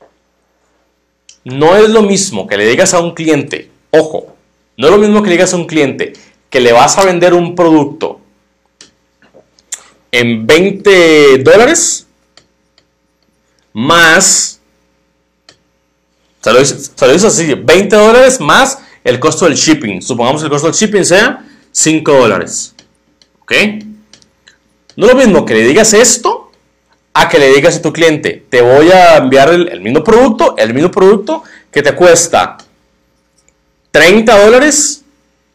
no es lo mismo que le digas a un cliente, ojo, no es lo mismo que le digas a un cliente que le vas a vender un producto en veinte dólares más, se lo dice, se lo dice así, veinte dólares más el costo del shipping. Supongamos que el costo del shipping sea cinco dólares. ¿Ok? No es lo mismo que le digas esto a que le digas a tu cliente, te voy a enviar el, el mismo producto, el mismo producto que te cuesta treinta dólares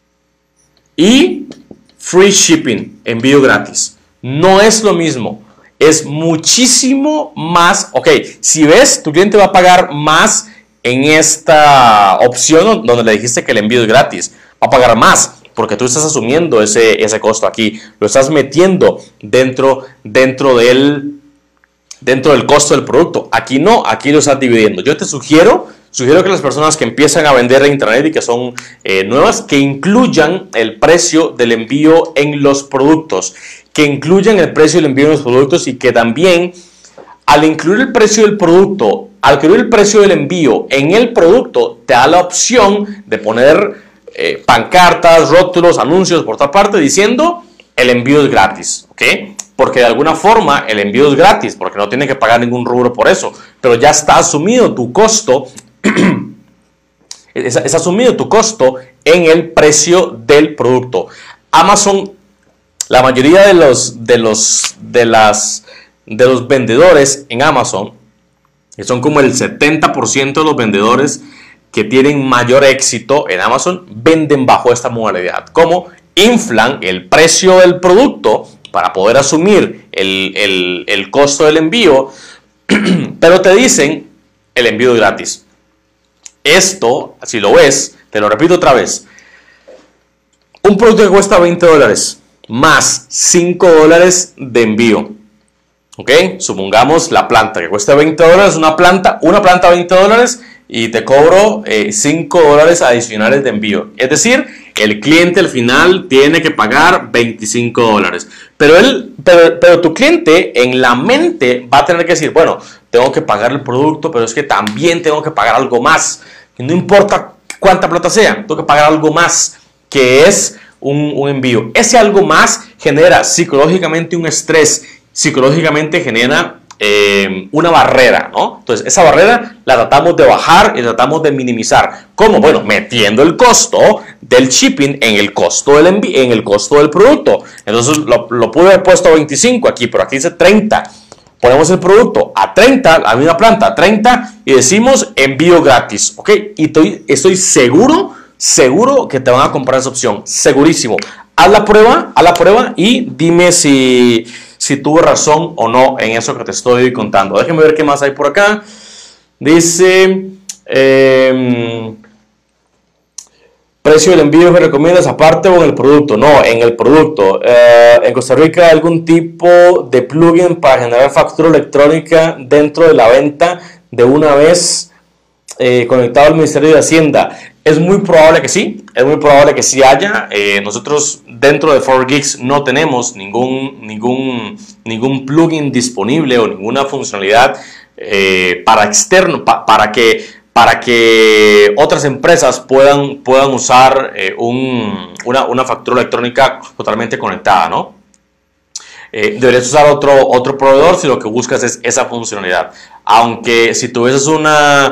y free shipping, envío gratis. No es lo mismo, es muchísimo más. Ok, si ves, tu cliente va a pagar más en esta opción donde le dijiste que el envío es gratis, va a pagar más porque tú estás asumiendo ese, ese costo aquí, lo estás metiendo dentro, dentro del dentro del costo del producto. Aquí no, aquí lo estás dividiendo. Yo te sugiero, sugiero que las personas que empiezan a vender en internet y que son eh, nuevas, que incluyan el precio del envío en los productos, que incluyan el precio del envío en los productos y que también al incluir el precio del producto, al incluir el precio del envío en el producto, te da la opción de poner eh, pancartas, rótulos, anuncios por toda parte diciendo el envío es gratis, ¿ok? Porque de alguna forma el envío es gratis, porque no tiene que pagar ningún rubro por eso, pero ya está asumido tu costo, es, es asumido tu costo en el precio del producto. Amazon, la mayoría de los, de los, de las, de los vendedores en Amazon, que son como el setenta por ciento de los vendedores que tienen mayor éxito en Amazon, venden bajo esta modalidad. ¿Cómo? Inflan el precio del producto para poder asumir el, el, el costo del envío, pero te dicen el envío es gratis. Esto, si lo ves, te lo repito otra vez, un producto que cuesta veinte dólares más cinco dólares de envío. ¿Ok? Supongamos la planta que cuesta veinte dólares, una planta, una planta veinte dólares y te cobro eh, cinco dólares adicionales de envío. Es decir, el cliente al final tiene que pagar veinticinco dólares. Pero, él, pero, pero tu cliente en la mente va a tener que decir, bueno, tengo que pagar el producto, pero es que también tengo que pagar algo más. No importa cuánta plata sea, tengo que pagar algo más, que es un, un envío. Ese algo más genera psicológicamente un estrés, psicológicamente genera eh, una barrera, ¿no? Entonces, esa barrera la tratamos de bajar y tratamos de minimizar. ¿Cómo? Bueno, metiendo el costo del shipping en el costo del envío, en el costo del producto. Entonces, lo, lo pude haber puesto a veinticinco aquí, pero aquí dice treinta. Ponemos el producto a treinta, la misma planta a treinta y decimos envío gratis, ¿ok? Y estoy, estoy seguro, seguro que te van a comprar esa opción, segurísimo. Haz la prueba, haz la prueba y dime si, si tuve razón o no en eso que te estoy contando. Déjenme ver qué más hay por acá. Dice, eh, precio del envío que recomiendas aparte o en el producto. No, en el producto. Eh, en Costa Rica hay algún tipo de plugin para generar factura electrónica dentro de la venta de una vez eh, conectado al Ministerio de Hacienda. Es muy probable que sí, es muy probable que sí haya. Eh, nosotros dentro de four geeks no tenemos ningún, ningún, ningún plugin disponible o ninguna funcionalidad eh, para externo, pa, para, que, para que otras empresas puedan, puedan usar eh, un, una, una factura electrónica totalmente conectada, ¿no? Eh, deberías usar otro, otro proveedor si lo que buscas es esa funcionalidad. Aunque si tuvieses una...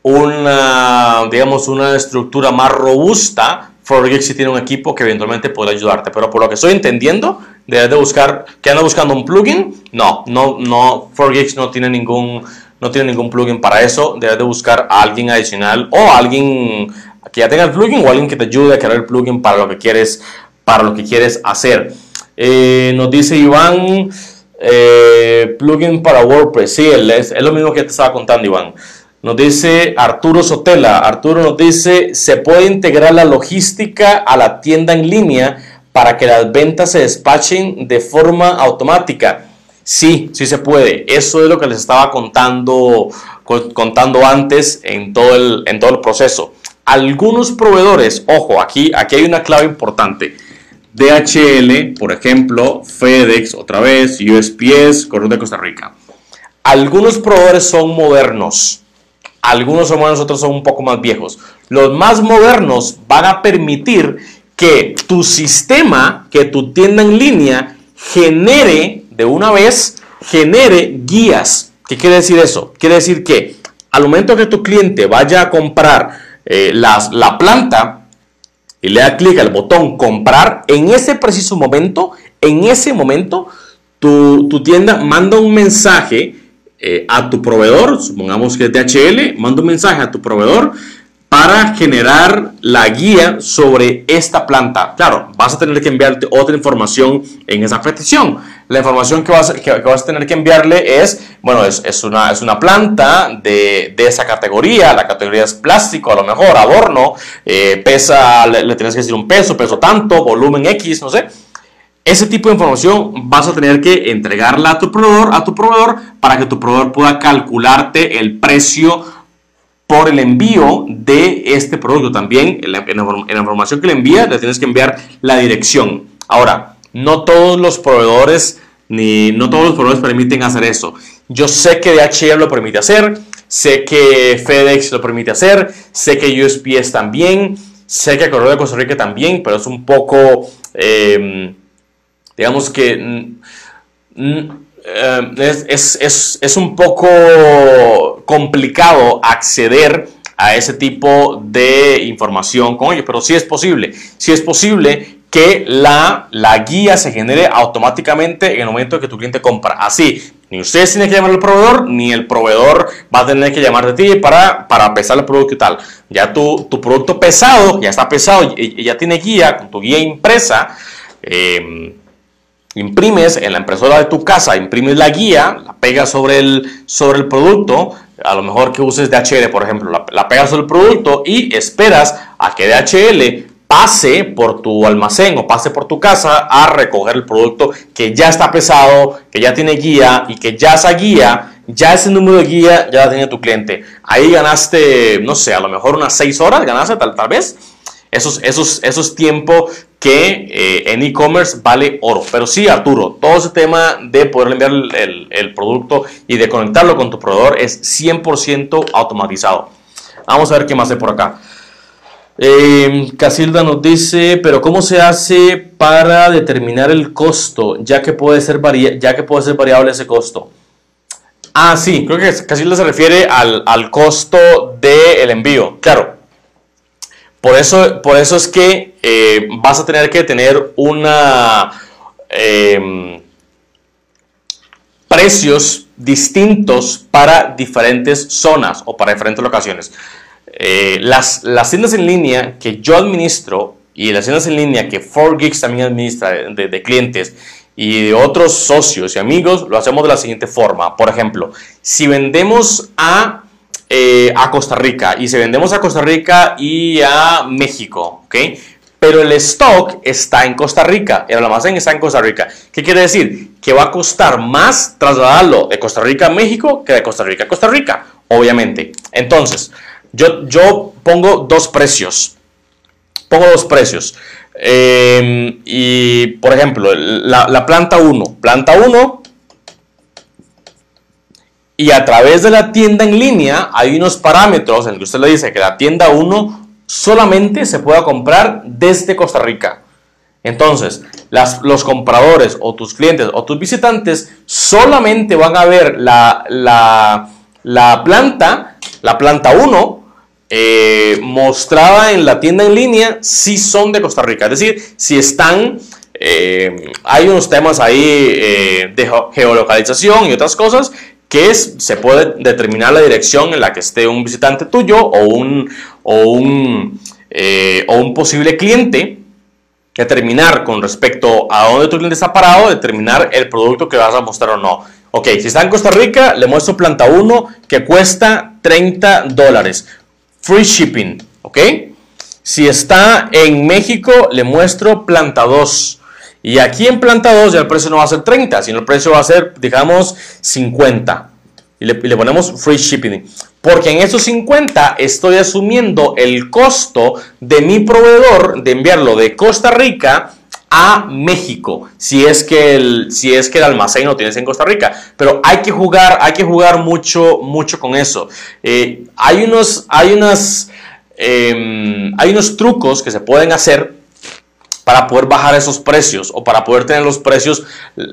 una, digamos, una estructura más robusta, four geeks sí tiene un equipo que eventualmente podrá ayudarte, pero por lo que estoy entendiendo, debes de buscar, que anda buscando un plugin, no, no, no, four geeks no tiene ningún, no tiene ningún plugin para eso, debes de buscar a alguien adicional o a alguien que ya tenga el plugin o alguien que te ayude a crear el plugin para lo que quieres, para lo que quieres hacer. Eh, nos dice Iván, eh, plugin para WordPress, sí, es, es lo mismo que te estaba contando, Iván. Nos dice Arturo Sotela. Arturo nos dice, ¿se puede integrar la logística a la tienda en línea para que las ventas se despachen de forma automática? Sí, sí se puede. Eso es lo que les estaba contando, contando antes en todo el, en todo el proceso. Algunos proveedores, ojo, aquí, aquí hay una clave importante. D H L, por ejemplo, FedEx, otra vez, U S P S, Correo de Costa Rica. Algunos proveedores son modernos. Algunos son buenos, otros son un poco más viejos. Los más modernos van a permitir que tu sistema, que tu tienda en línea, genere de una vez, genere guías. ¿Ok? ¿Qué quiere decir eso? Quiere decir que al momento que tu cliente vaya a comprar eh, las, la planta y le da clic al botón comprar, en ese preciso momento, en ese momento, tu, tu tienda manda un mensaje eh, a tu proveedor, supongamos que es D H L, manda un mensaje a tu proveedor para generar la guía sobre esta planta. Claro, vas a tener que enviarte otra información en esa petición. La información que vas, que, que vas a tener que enviarle es, bueno, es, es, una, es una planta de, de esa categoría. La categoría es plástico, a lo mejor, adorno, eh, pesa, le, le tienes que decir un peso, peso tanto, volumen X, no sé. Ese tipo de información vas a tener que entregarla a tu proveedor, a tu proveedor para que tu proveedor pueda calcularte el precio por el envío de este producto. También en la, en la información que le envías le tienes que enviar la dirección. Ahora, no todos los proveedores ni no todos los proveedores permiten hacer eso. Yo sé que D H L lo permite hacer, sé que FedEx lo permite hacer, sé que U S P S también, sé que Correo de Costa Rica también, pero es un poco, eh, digamos que mm, Es, es, es, es un poco complicado acceder a ese tipo de información con ellos, pero sí es posible, sí es posible que la, la guía se genere automáticamente en el momento que tu cliente compra. Así, ni ustedes tienen que llamar al proveedor, ni el proveedor va a tener que llamar de ti para, para pesar el producto y tal. Ya tu, tu producto pesado, ya está pesado, y ya tiene guía, con tu guía impresa, eh, imprimes en la impresora de tu casa, imprimes la guía, la pegas sobre el, sobre el producto, a lo mejor que uses D H L, por ejemplo, la, la pegas sobre el producto y esperas a que D H L pase por tu almacén o pase por tu casa a recoger el producto que ya está pesado, que ya tiene guía y que ya esa guía, ya ese número de guía ya la tiene tu cliente. Ahí ganaste, no sé, a lo mejor unas seis horas, ganaste tal, tal vez. Esos, esos, esos tiempos que eh, en e-commerce vale oro. Pero sí, Arturo, todo ese tema de poder enviar el, el, el producto y de conectarlo con tu proveedor es cien por ciento automatizado. Vamos a ver qué más hay por acá. Eh, Casilda nos dice, pero ¿cómo se hace para determinar el costo? Ya que puede ser, vari ya que puede ser variable ese costo. Ah, sí, creo que Casilda se refiere al, al costo del envío. Claro. Por eso, por eso es que eh, vas a tener que tener una eh, precios distintos para diferentes zonas o para diferentes locaciones. Eh, las, las tiendas en línea que yo administro y las tiendas en línea que cuatro Geeks también administra de, de, de clientes y de otros socios y amigos, lo hacemos de la siguiente forma. Por ejemplo, si vendemos a Eh, a Costa Rica y si vendemos a Costa Rica y a México, ¿ok? Pero el stock está en Costa Rica, el almacén está en Costa Rica. ¿Qué quiere decir? Que va a costar más trasladarlo de Costa Rica a México que de Costa Rica a Costa Rica, obviamente. Entonces, yo, yo pongo dos precios. Pongo dos precios. Eh, y, por ejemplo, la, la planta uno. Planta uno. Y a través de la tienda en línea hay unos parámetros en los que usted le dice que la tienda uno solamente se pueda comprar desde Costa Rica. Entonces, las, los compradores o tus clientes o tus visitantes solamente van a ver la, la, la planta, la planta uno, eh, mostrada en la tienda en línea si son de Costa Rica. Es decir, si están... Eh, hay unos temas ahí eh, de geolocalización y otras cosas que es, se puede determinar la dirección en la que esté un visitante tuyo o un, o un, eh, o un posible cliente, determinar con respecto a dónde tu cliente está parado, determinar el producto que vas a mostrar o no. Ok, si está en Costa Rica, le muestro planta uno que cuesta treinta dólares, free shipping, ok. Si está en México, le muestro planta dos. Y aquí en planta dos ya el precio no va a ser treinta, sino el precio va a ser, digamos, cincuenta. Y le, y le ponemos free shipping. Porque en esos cincuenta estoy asumiendo el costo de mi proveedor de enviarlo de Costa Rica a México. Si es que el, si es que el almacén lo tienes en Costa Rica. Pero hay que jugar, hay que jugar mucho, mucho con eso. Eh, hay unos, hay unas, eh, hay unos trucos que se pueden hacer para poder bajar esos precios o para poder tener los precios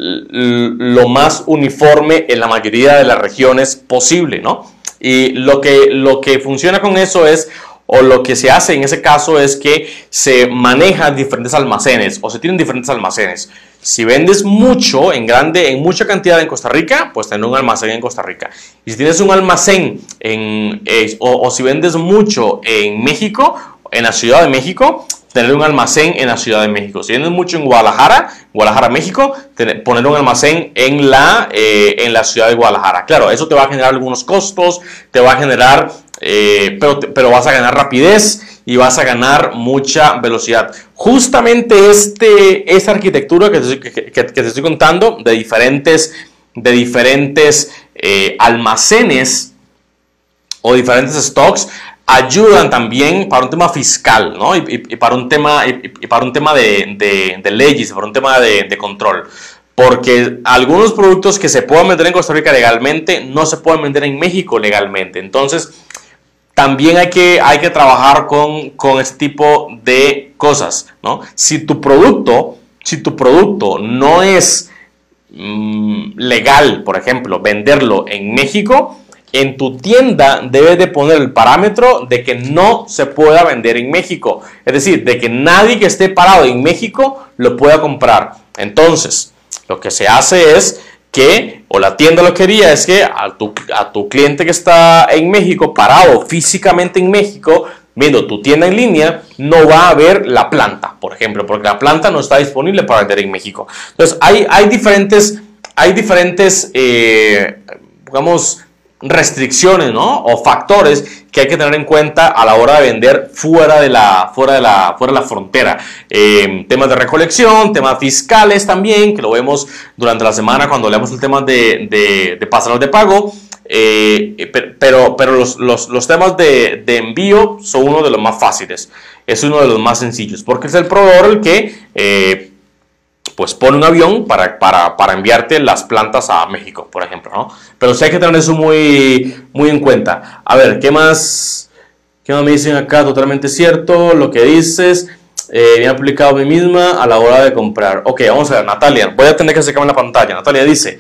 lo más uniforme en la mayoría de las regiones posible, ¿no? Y lo que, lo que funciona con eso es, o lo que se hace en ese caso es que se manejan diferentes almacenes o se tienen diferentes almacenes. Si vendes mucho, en grande, en mucha cantidad en Costa Rica, pues tener un almacén en Costa Rica. Y si tienes un almacén en, eh, o, o si vendes mucho en México, en la Ciudad de México, tener un almacén en la Ciudad de México. Si vendes mucho en Guadalajara, Guadalajara, México, tener, poner un almacén en la, eh, en la Ciudad de Guadalajara. Claro, eso te va a generar algunos costos, te va a generar, eh, pero, pero vas a ganar rapidez y vas a ganar mucha velocidad. Justamente este, esta arquitectura que te, que, que, que te estoy contando de diferentes, de diferentes eh, almacenes o diferentes stocks ayudan también para un tema fiscal, ¿no? Y, y, y para un tema, y, y para un tema de, de, de leyes, para un tema de, de control. Porque algunos productos que se puedan vender en Costa Rica legalmente no se pueden vender en México legalmente. Entonces, también hay que, hay que trabajar con, con este tipo de cosas, ¿no? Si tu producto, si tu producto no es mmm, legal, por ejemplo, venderlo en México, en tu tienda debes de poner el parámetro de que no se pueda vender en México. Es decir, de que nadie que esté parado en México lo pueda comprar. Entonces, lo que se hace es que, o la tienda lo quería, es que a tu, a tu cliente que está en México, parado físicamente en México, viendo tu tienda en línea, no va a ver la planta, por ejemplo, porque la planta no está disponible para vender en México. Entonces, hay, hay diferentes, hay diferentes eh, digamos, restricciones, ¿no? O factores que hay que tener en cuenta a la hora de vender fuera de la, fuera de la, fuera de la frontera. Eh, temas de recolección, temas fiscales también, que lo vemos durante la semana cuando leemos el tema de, de, de pasarelas de pago. Eh, pero pero los, los, los temas de, de envío son uno de los más fáciles. Es uno de los más sencillos, porque es el proveedor el que Eh, pues pone un avión para, para, para enviarte las plantas a México, por ejemplo, ¿no? Pero sí hay que tener eso muy, muy en cuenta. A ver, ¿qué más, qué más me dicen acá? Totalmente cierto lo que dices. Eh, me he aplicado a mí misma a la hora de comprar. Ok, vamos a ver, Natalia. Voy a tener que acercarme la pantalla. Natalia dice: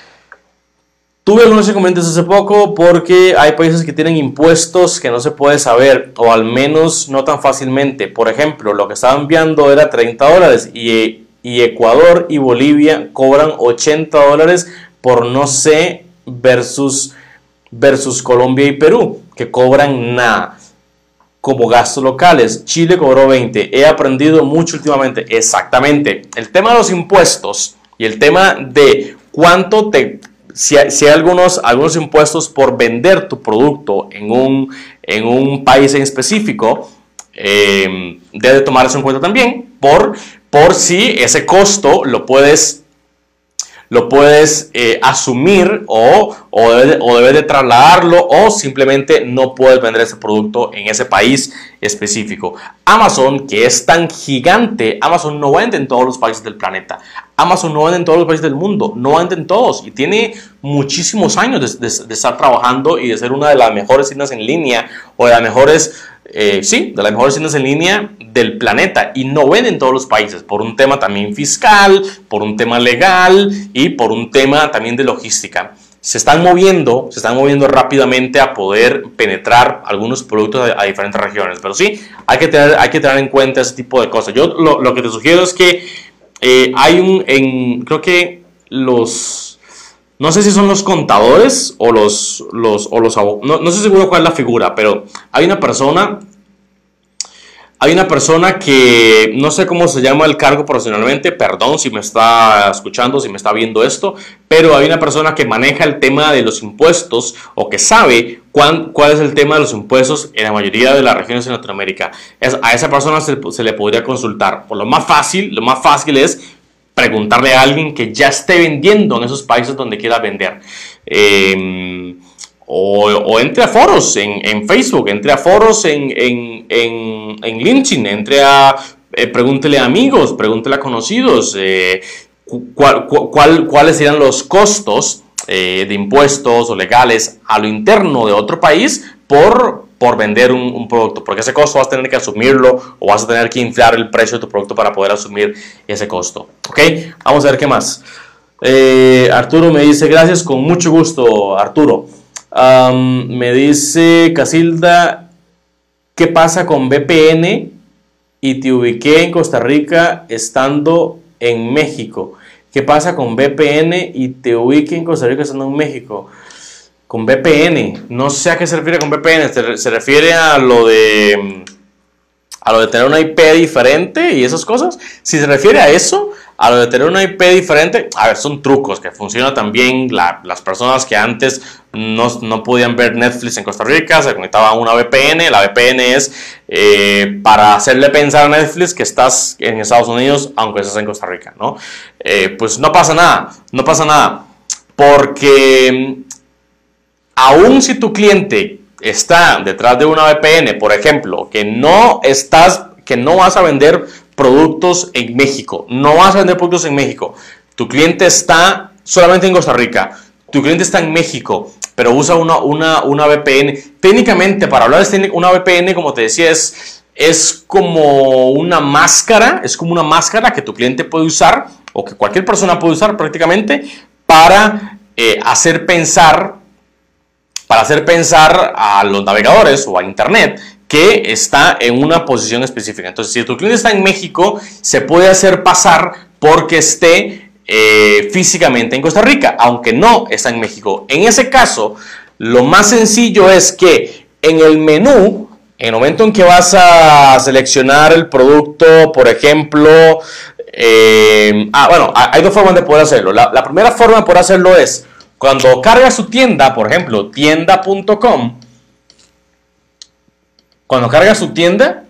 tuve algunos inconvenientes hace poco porque hay países que tienen impuestos que no se puede saber, o al menos no tan fácilmente. Por ejemplo, lo que estaba enviando era treinta dólares y... y Ecuador y Bolivia cobran ochenta dólares por no sé versus, versus Colombia y Perú, que cobran nada como gastos locales. Chile cobró veinte. He aprendido mucho últimamente. Exactamente. El tema de los impuestos y el tema de cuánto te... Si hay, si hay algunos, algunos impuestos por vender tu producto en un, en un país en específico, eh, debe tomar eso en cuenta también por... por si ese costo lo puedes, lo puedes eh, asumir o, o, debes, o debes de trasladarlo, o simplemente no puedes vender ese producto en ese país específico. Amazon, que es tan gigante, Amazon no vende en todos los países del planeta. Amazon no vende en todos los países del mundo, no vende en todos, y tiene muchísimos años de, de, de estar trabajando y de ser una de las mejores tiendas en línea, o de las mejores... Eh, sí, de las mejores tiendas en línea del planeta, y no ven en todos los países por un tema también fiscal, por un tema legal y por un tema también de logística. Se están moviendo, se están moviendo rápidamente a poder penetrar algunos productos a, a diferentes regiones, pero sí, hay que tener, hay que tener en cuenta ese tipo de cosas. Yo lo, lo que te sugiero es que eh, hay un, en, creo que los... no sé si son los contadores o los, los, o los abogados, no, no sé seguro cuál es la figura, pero hay una persona, hay una persona que no sé cómo se llama el cargo profesionalmente, perdón si me está escuchando, si me está viendo esto, pero hay una persona que maneja el tema de los impuestos, o que sabe cuán, cuál es el tema de los impuestos en la mayoría de las regiones de Latinoamérica. Es, a esa persona se, se le podría consultar. Por lo más fácil, lo más fácil es preguntarle a alguien que ya esté vendiendo en esos países donde quiera vender. Eh, o, o entre a foros en, en Facebook, entre a foros en, en, en, en LinkedIn, entre a... Eh, pregúntele a amigos, pregúntele a conocidos eh, cuál, cuál, cuáles serían los costos eh, de impuestos o legales a lo interno de otro país por... por vender un, un producto, porque ese costo vas a tener que asumirlo o vas a tener que inflar el precio de tu producto para poder asumir ese costo. ¿Ok? Vamos a ver qué más. Eh, Arturo me dice, gracias, con mucho gusto, Arturo. Um, me dice Casilda, ¿qué pasa con V P N? Y te ubiqué en Costa Rica estando en México. ¿Qué pasa con V P N y te ubiqué en Costa Rica estando en México? Con V P N, no sé a qué se refiere con V P N, se, se refiere a lo de a lo de tener una I P diferente y esas cosas. Si se refiere a eso, a lo de tener una I P diferente, a ver, son trucos que funcionan también. La, las personas que antes no, no podían ver Netflix en Costa Rica se conectaban a una V P N. La V P N es eh, para hacerle pensar a Netflix que estás en Estados Unidos aunque estés en Costa Rica, ¿no? Eh, pues no pasa nada, no pasa nada, porque aún si tu cliente está detrás de una V P N, por ejemplo, que no estás, que no vas a vender productos en México, no vas a vender productos en México, tu cliente está solamente en Costa Rica, tu cliente está en México, pero usa una, una, una V P N. Técnicamente, para hablar de una V P N, como te decía, es, es como una máscara, es como una máscara que tu cliente puede usar, o que cualquier persona puede usar prácticamente, para eh, hacer pensar para hacer pensar a los navegadores o a internet que está en una posición específica. Entonces, si tu cliente está en México, se puede hacer pasar porque esté eh, físicamente en Costa Rica, aunque no está en México. En ese caso, lo más sencillo es que en el menú, en el momento en que vas a seleccionar el producto, por ejemplo, eh, ah, bueno, hay dos formas de poder hacerlo. La, la primera forma de poder hacerlo es cuando cargas tu tienda, por ejemplo, tienda punto com, cuando cargas tu tienda,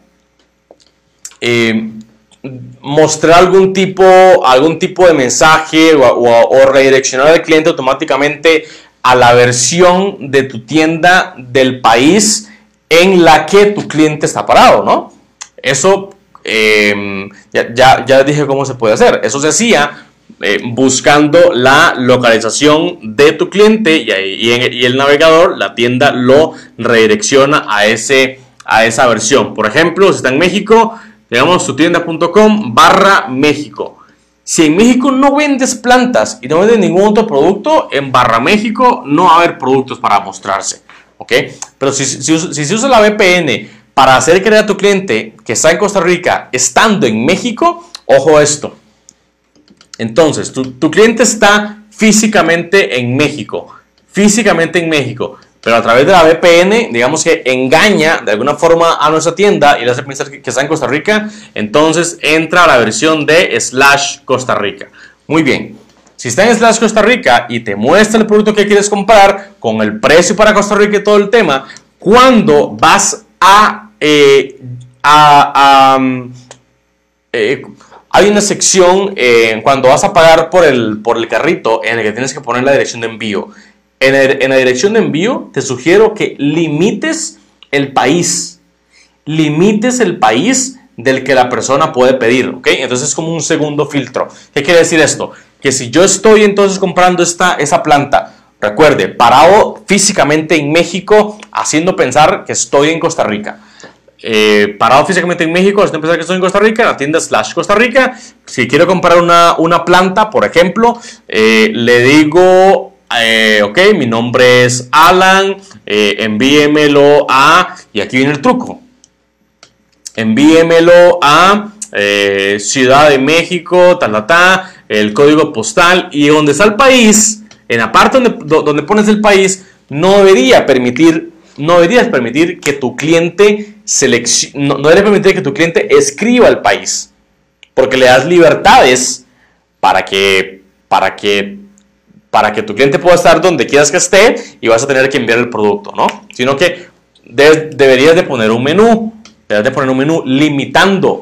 eh, mostrar algún tipo, algún tipo de mensaje o, o, o redireccionar al cliente automáticamente a la versión de tu tienda del país en la que tu cliente está parado, ¿no? Eso, eh, ya, ya, ya dije cómo se puede hacer. Eso se hacía Eh, buscando la localización de tu cliente y, y, en, y el navegador, la tienda lo redirecciona a, ese, a esa versión. Por ejemplo, si está en México, digamos tu tienda punto com barra México. Si en México no vendes plantas y no vendes ningún otro producto, en barra México no va a haber productos para mostrarse, ¿ok? Pero si, si, si, si se usa la V P N para hacer creer a tu cliente que está en Costa Rica estando en México, ojo a esto. Entonces, tu, tu cliente está físicamente en México, físicamente en México, pero a través de la V P N, digamos que engaña de alguna forma a nuestra tienda y le hace pensar que, que está en Costa Rica, entonces entra a la versión de slash Costa Rica. Muy bien, si está en slash Costa Rica y te muestra el producto que quieres comprar con el precio para Costa Rica y todo el tema, cuando vas a... Eh, a, a eh, hay una sección eh, cuando vas a pagar por el, por el carrito en el que tienes que poner la dirección de envío. En, el, en la dirección de envío te sugiero que limites el país. Limites el país del que la persona puede pedir, ¿ok? Entonces es como un segundo filtro. ¿Qué quiere decir esto? Que si yo estoy entonces comprando esta, esa planta, recuerde, parado físicamente en México, haciendo pensar que estoy en Costa Rica. Eh, parado físicamente en México, hasta empezar que estoy en Costa Rica, la tienda slash Costa Rica. Si quiero comprar una, una planta, por ejemplo, eh, le digo, eh, ok, mi nombre es Alan, eh, envíemelo a, y aquí viene el truco, envíemelo a eh, Ciudad de México, ta, ta, ta, el código postal, y donde está el país, en la parte donde, donde pones el país, no debería permitir No deberías permitir que tu cliente seleccione, no, no deberías permitir que tu cliente escriba el país, porque le das libertades para que, para que, para que tu cliente pueda estar donde quieras que esté y vas a tener que enviar el producto, ¿no? Sino que de, deberías de poner un menú, deberías de poner un menú limitando,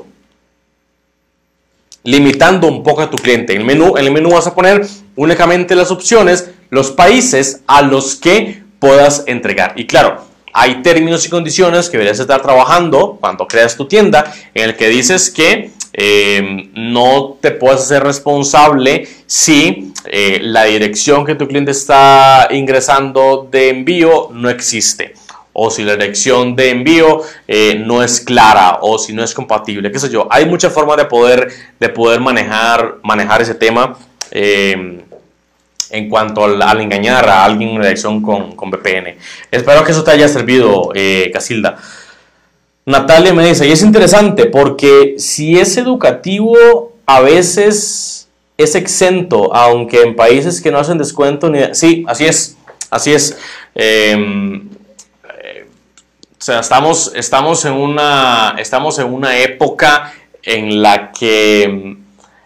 limitando un poco a tu cliente. En el menú, en el menú vas a poner únicamente las opciones, los países a los que puedas entregar. Y claro, hay términos y condiciones que deberías estar trabajando cuando creas tu tienda, en el que dices que eh, no te puedes hacer responsable si eh, la dirección que tu cliente está ingresando de envío no existe, o si la dirección de envío eh, no es clara, o si no es compatible, qué sé yo. Hay muchas formas de poder, de poder manejar, manejar ese tema eh, en cuanto al, al engañar a alguien en la dirección con, con V P N. Espero que eso te haya servido, eh, Casilda. Natalia me dice, y es interesante porque si es educativo, a veces es exento, aunque en países que no hacen descuento ni... Sí, así es, así es. Eh, eh, o sea, estamos, estamos, en una, estamos en una época en la que...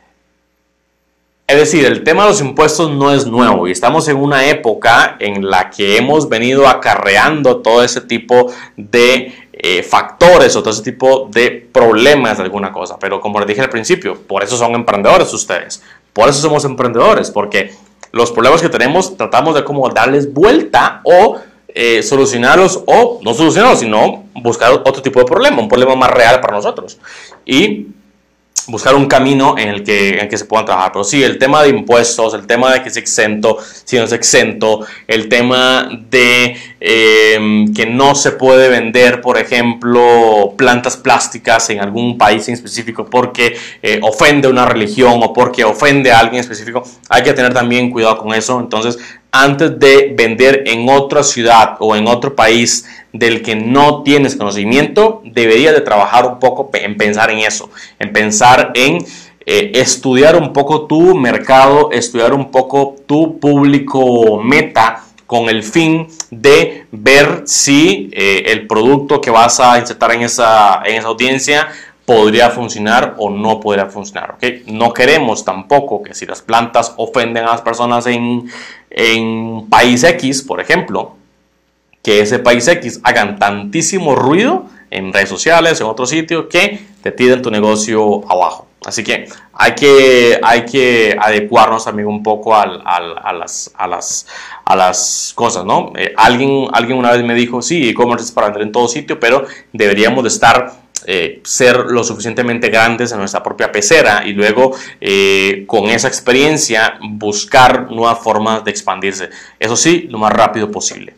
Es decir, el tema de los impuestos no es nuevo y estamos en una época en la que hemos venido acarreando todo ese tipo de eh, factores o todo ese tipo de problemas de alguna cosa. Pero como les dije al principio, por eso son emprendedores ustedes. Por eso somos emprendedores, porque los problemas que tenemos tratamos de cómo darles vuelta o eh, solucionarlos o no solucionarlos, sino buscar otro tipo de problema, un problema más real para nosotros. Y buscar un camino en el, que, en el que se puedan trabajar. Pero sí, el tema de impuestos, el tema de que es exento, si no es exento, el tema de eh, que no se puede vender, por ejemplo, plantas plásticas en algún país en específico porque eh, ofende a una religión o porque ofende a alguien específico. Hay que tener también cuidado con eso. Entonces, antes de vender en otra ciudad o en otro país del que no tienes conocimiento, deberías de trabajar un poco en pensar en eso, en pensar en eh, estudiar un poco tu mercado, estudiar un poco tu público meta, con el fin de ver si eh, el producto que vas a insertar en esa, en esa audiencia podría funcionar o no podría funcionar, ¿okay? No queremos tampoco que si las plantas ofenden a las personas en, en país X, por ejemplo, que ese país X hagan tantísimo ruido en redes sociales, en otros sitios, que te tiren tu negocio abajo. Así que hay que, hay que adecuarnos también un poco al, al, a, las, a, las, a las cosas, ¿no? Eh, alguien, alguien una vez me dijo, sí, e-commerce es para vender en todo sitio, pero deberíamos de estar... Eh, ser lo suficientemente grandes en nuestra propia pecera y luego eh, con esa experiencia buscar nuevas formas de expandirse, eso sí, lo más rápido posible.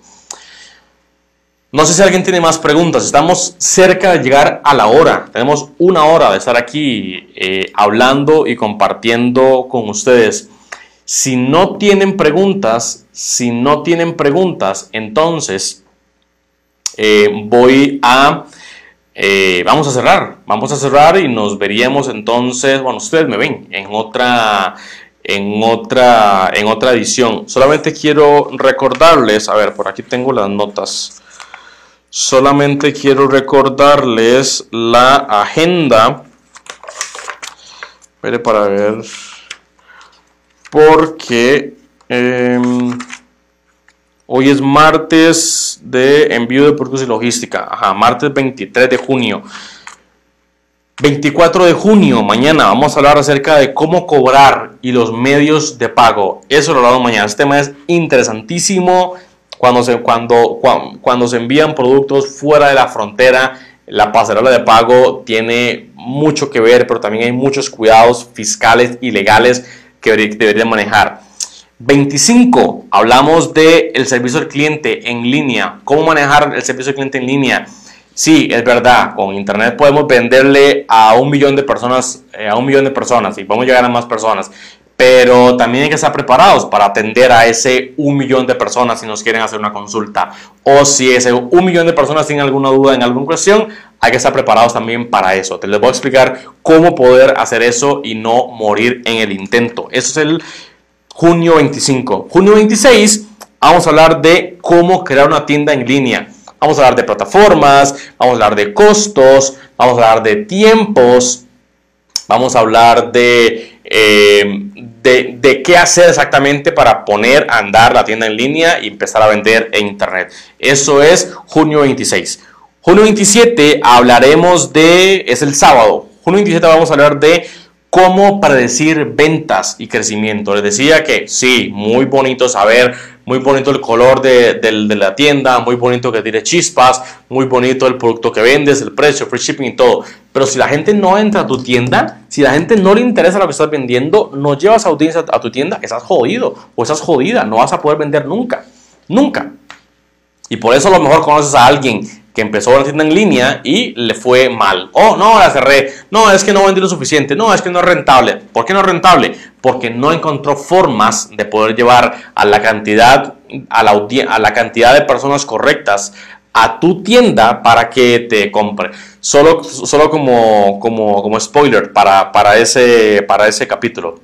No sé si alguien tiene más preguntas. Estamos cerca de llegar a la hora, tenemos una hora de estar aquí eh, hablando y compartiendo con ustedes. Si no tienen preguntas, si no tienen preguntas, entonces eh, voy a Eh, vamos a cerrar, vamos a cerrar y nos veríamos entonces, bueno, ustedes me ven en otra, en otra, en otra edición. Solamente quiero recordarles, a ver, por aquí tengo las notas. Solamente quiero recordarles la agenda. Espere para ver, porque eh, hoy es martes de envío de productos y logística. Ajá, martes veintitrés de junio. veinticuatro de junio, mañana, vamos a hablar acerca de cómo cobrar y los medios de pago. Eso lo hablamos mañana. Este tema es interesantísimo. Cuando se, cuando, cuando, cuando se envían productos fuera de la frontera, la pasarela de pago tiene mucho que ver, pero también hay muchos cuidados fiscales y legales que deberían manejar. veinticinco, hablamos del servicio al cliente en línea. ¿Cómo manejar el servicio al cliente en línea? Sí, es verdad, con internet podemos venderle a un millón de personas, eh, a un millón de personas y podemos llegar a más personas. Pero también hay que estar preparados para atender a ese un millón de personas si nos quieren hacer una consulta. O si ese un millón de personas tienen alguna duda en alguna cuestión, hay que estar preparados también para eso. Te les voy a explicar cómo poder hacer eso y no morir en el intento. Eso es el junio veinticinco. Junio veintiséis, vamos a hablar de cómo crear una tienda en línea. Vamos a hablar de plataformas, vamos a hablar de costos, vamos a hablar de tiempos, vamos a hablar de, eh, de, de qué hacer exactamente para poner a andar la tienda en línea y empezar a vender en internet. Eso es junio veintiséis. Junio veintisiete hablaremos de, es el sábado, junio veintisiete vamos a hablar de cómo predecir ventas y crecimiento. Les decía que sí, muy bonito saber, muy bonito el color de, de, de la tienda, muy bonito que tire chispas, muy bonito el producto que vendes, el precio, free shipping y todo. Pero si la gente no entra a tu tienda, si la gente no le interesa lo que estás vendiendo, no llevas audiencia a tu tienda, estás jodido o estás jodida, no vas a poder vender nunca, nunca. Y por eso a lo mejor conoces a alguien que empezó una tienda en línea y le fue mal. Oh, no, la cerré. No, es que no vendí lo suficiente. No, es que no es rentable. ¿Por qué no es rentable? Porque no encontró formas de poder llevar a la cantidad, a la, a la cantidad de personas correctas a tu tienda para que te compre. Solo, solo como, como, como spoiler para, para, ese, para ese capítulo.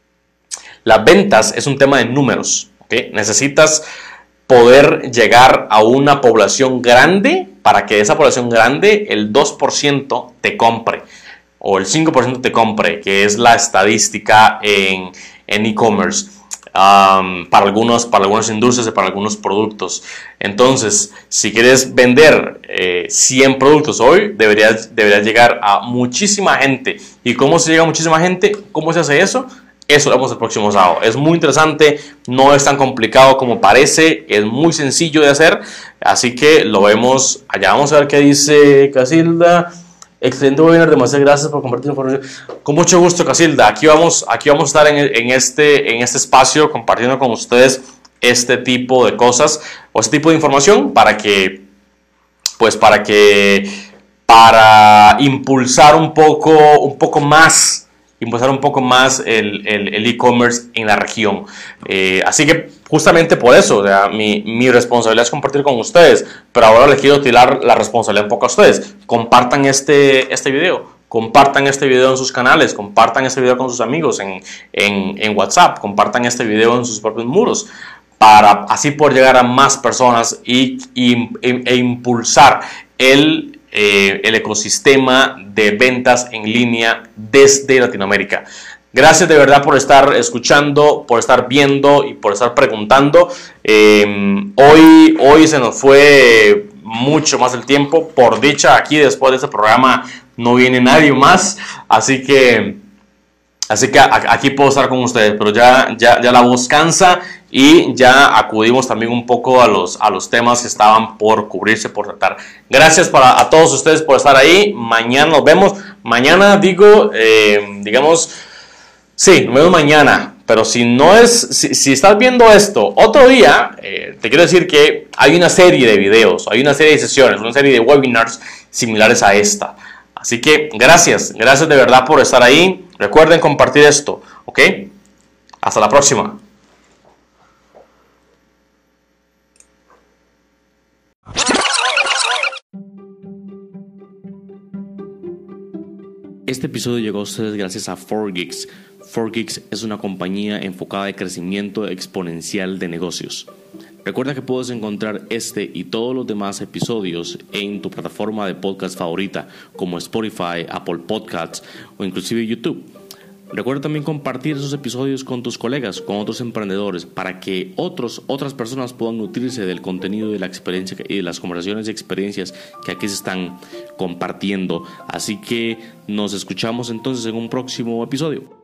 Las ventas es un tema de números. ¿Okay? Necesitas poder llegar a una población grande para que esa población grande, el dos por ciento te compre o el cinco por ciento te compre, que es la estadística en en e-commerce. Um, para, algunos, para algunas industrias y para algunos productos. Entonces, si quieres vender eh, cien productos hoy, deberías, deberías llegar a muchísima gente. ¿Y cómo se llega a muchísima gente? ¿Cómo se hace eso? Eso lo vemos el próximo sábado. Es muy interesante, no es tan complicado como parece, es muy sencillo de hacer, así que lo vemos allá. Vamos a ver qué dice Casilda. Excelente webinar, demasiadas gracias por compartir información. Con mucho gusto, Casilda. Aquí vamos, aquí vamos a estar en, en, este, en este espacio compartiendo con ustedes este tipo de cosas o este tipo de información para que, pues, para que, para impulsar un poco, un poco más, impulsar un poco más el e-commerce en la región. Eh, así que justamente por eso, o sea, mi, mi responsabilidad es compartir con ustedes, pero ahora les quiero tirar la responsabilidad un poco a ustedes. Compartan este, este video, compartan este video en sus canales, compartan este video con sus amigos en, en, en WhatsApp, compartan este video en sus propios muros, para así poder llegar a más personas y, y, e, e impulsar el Eh, el ecosistema de ventas en línea desde Latinoamérica. Gracias de verdad por estar escuchando, por estar viendo y por estar preguntando. Eh, hoy, hoy se nos fue mucho más el tiempo. Por dicha, aquí después de este programa no viene nadie más. Así que, así que aquí puedo estar con ustedes. Pero ya, ya, ya la voz cansa. Y ya acudimos también un poco a los, a los temas que estaban por cubrirse, por tratar. Gracias para, a todos ustedes por estar ahí. Mañana nos vemos. Mañana digo, eh, digamos, sí, nos vemos mañana. Pero si no es, si, si estás viendo esto otro día, eh, te quiero decir que hay una serie de videos, hay una serie de sesiones, una serie de webinars similares a esta. Así que gracias, gracias de verdad por estar ahí. Recuerden compartir esto, ¿ok? Hasta la próxima. Este episodio llegó a ustedes gracias a four geeks. four geeks es una compañía enfocada en crecimiento exponencial de negocios. Recuerda que puedes encontrar este y todos los demás episodios en tu plataforma de podcast favorita como Spotify, Apple Podcasts o inclusive YouTube. Recuerda también compartir esos episodios con tus colegas, con otros emprendedores, para que otros, otras personas puedan nutrirse del contenido, de la experiencia y de las conversaciones y experiencias que aquí se están compartiendo. Así que nos escuchamos entonces en un próximo episodio.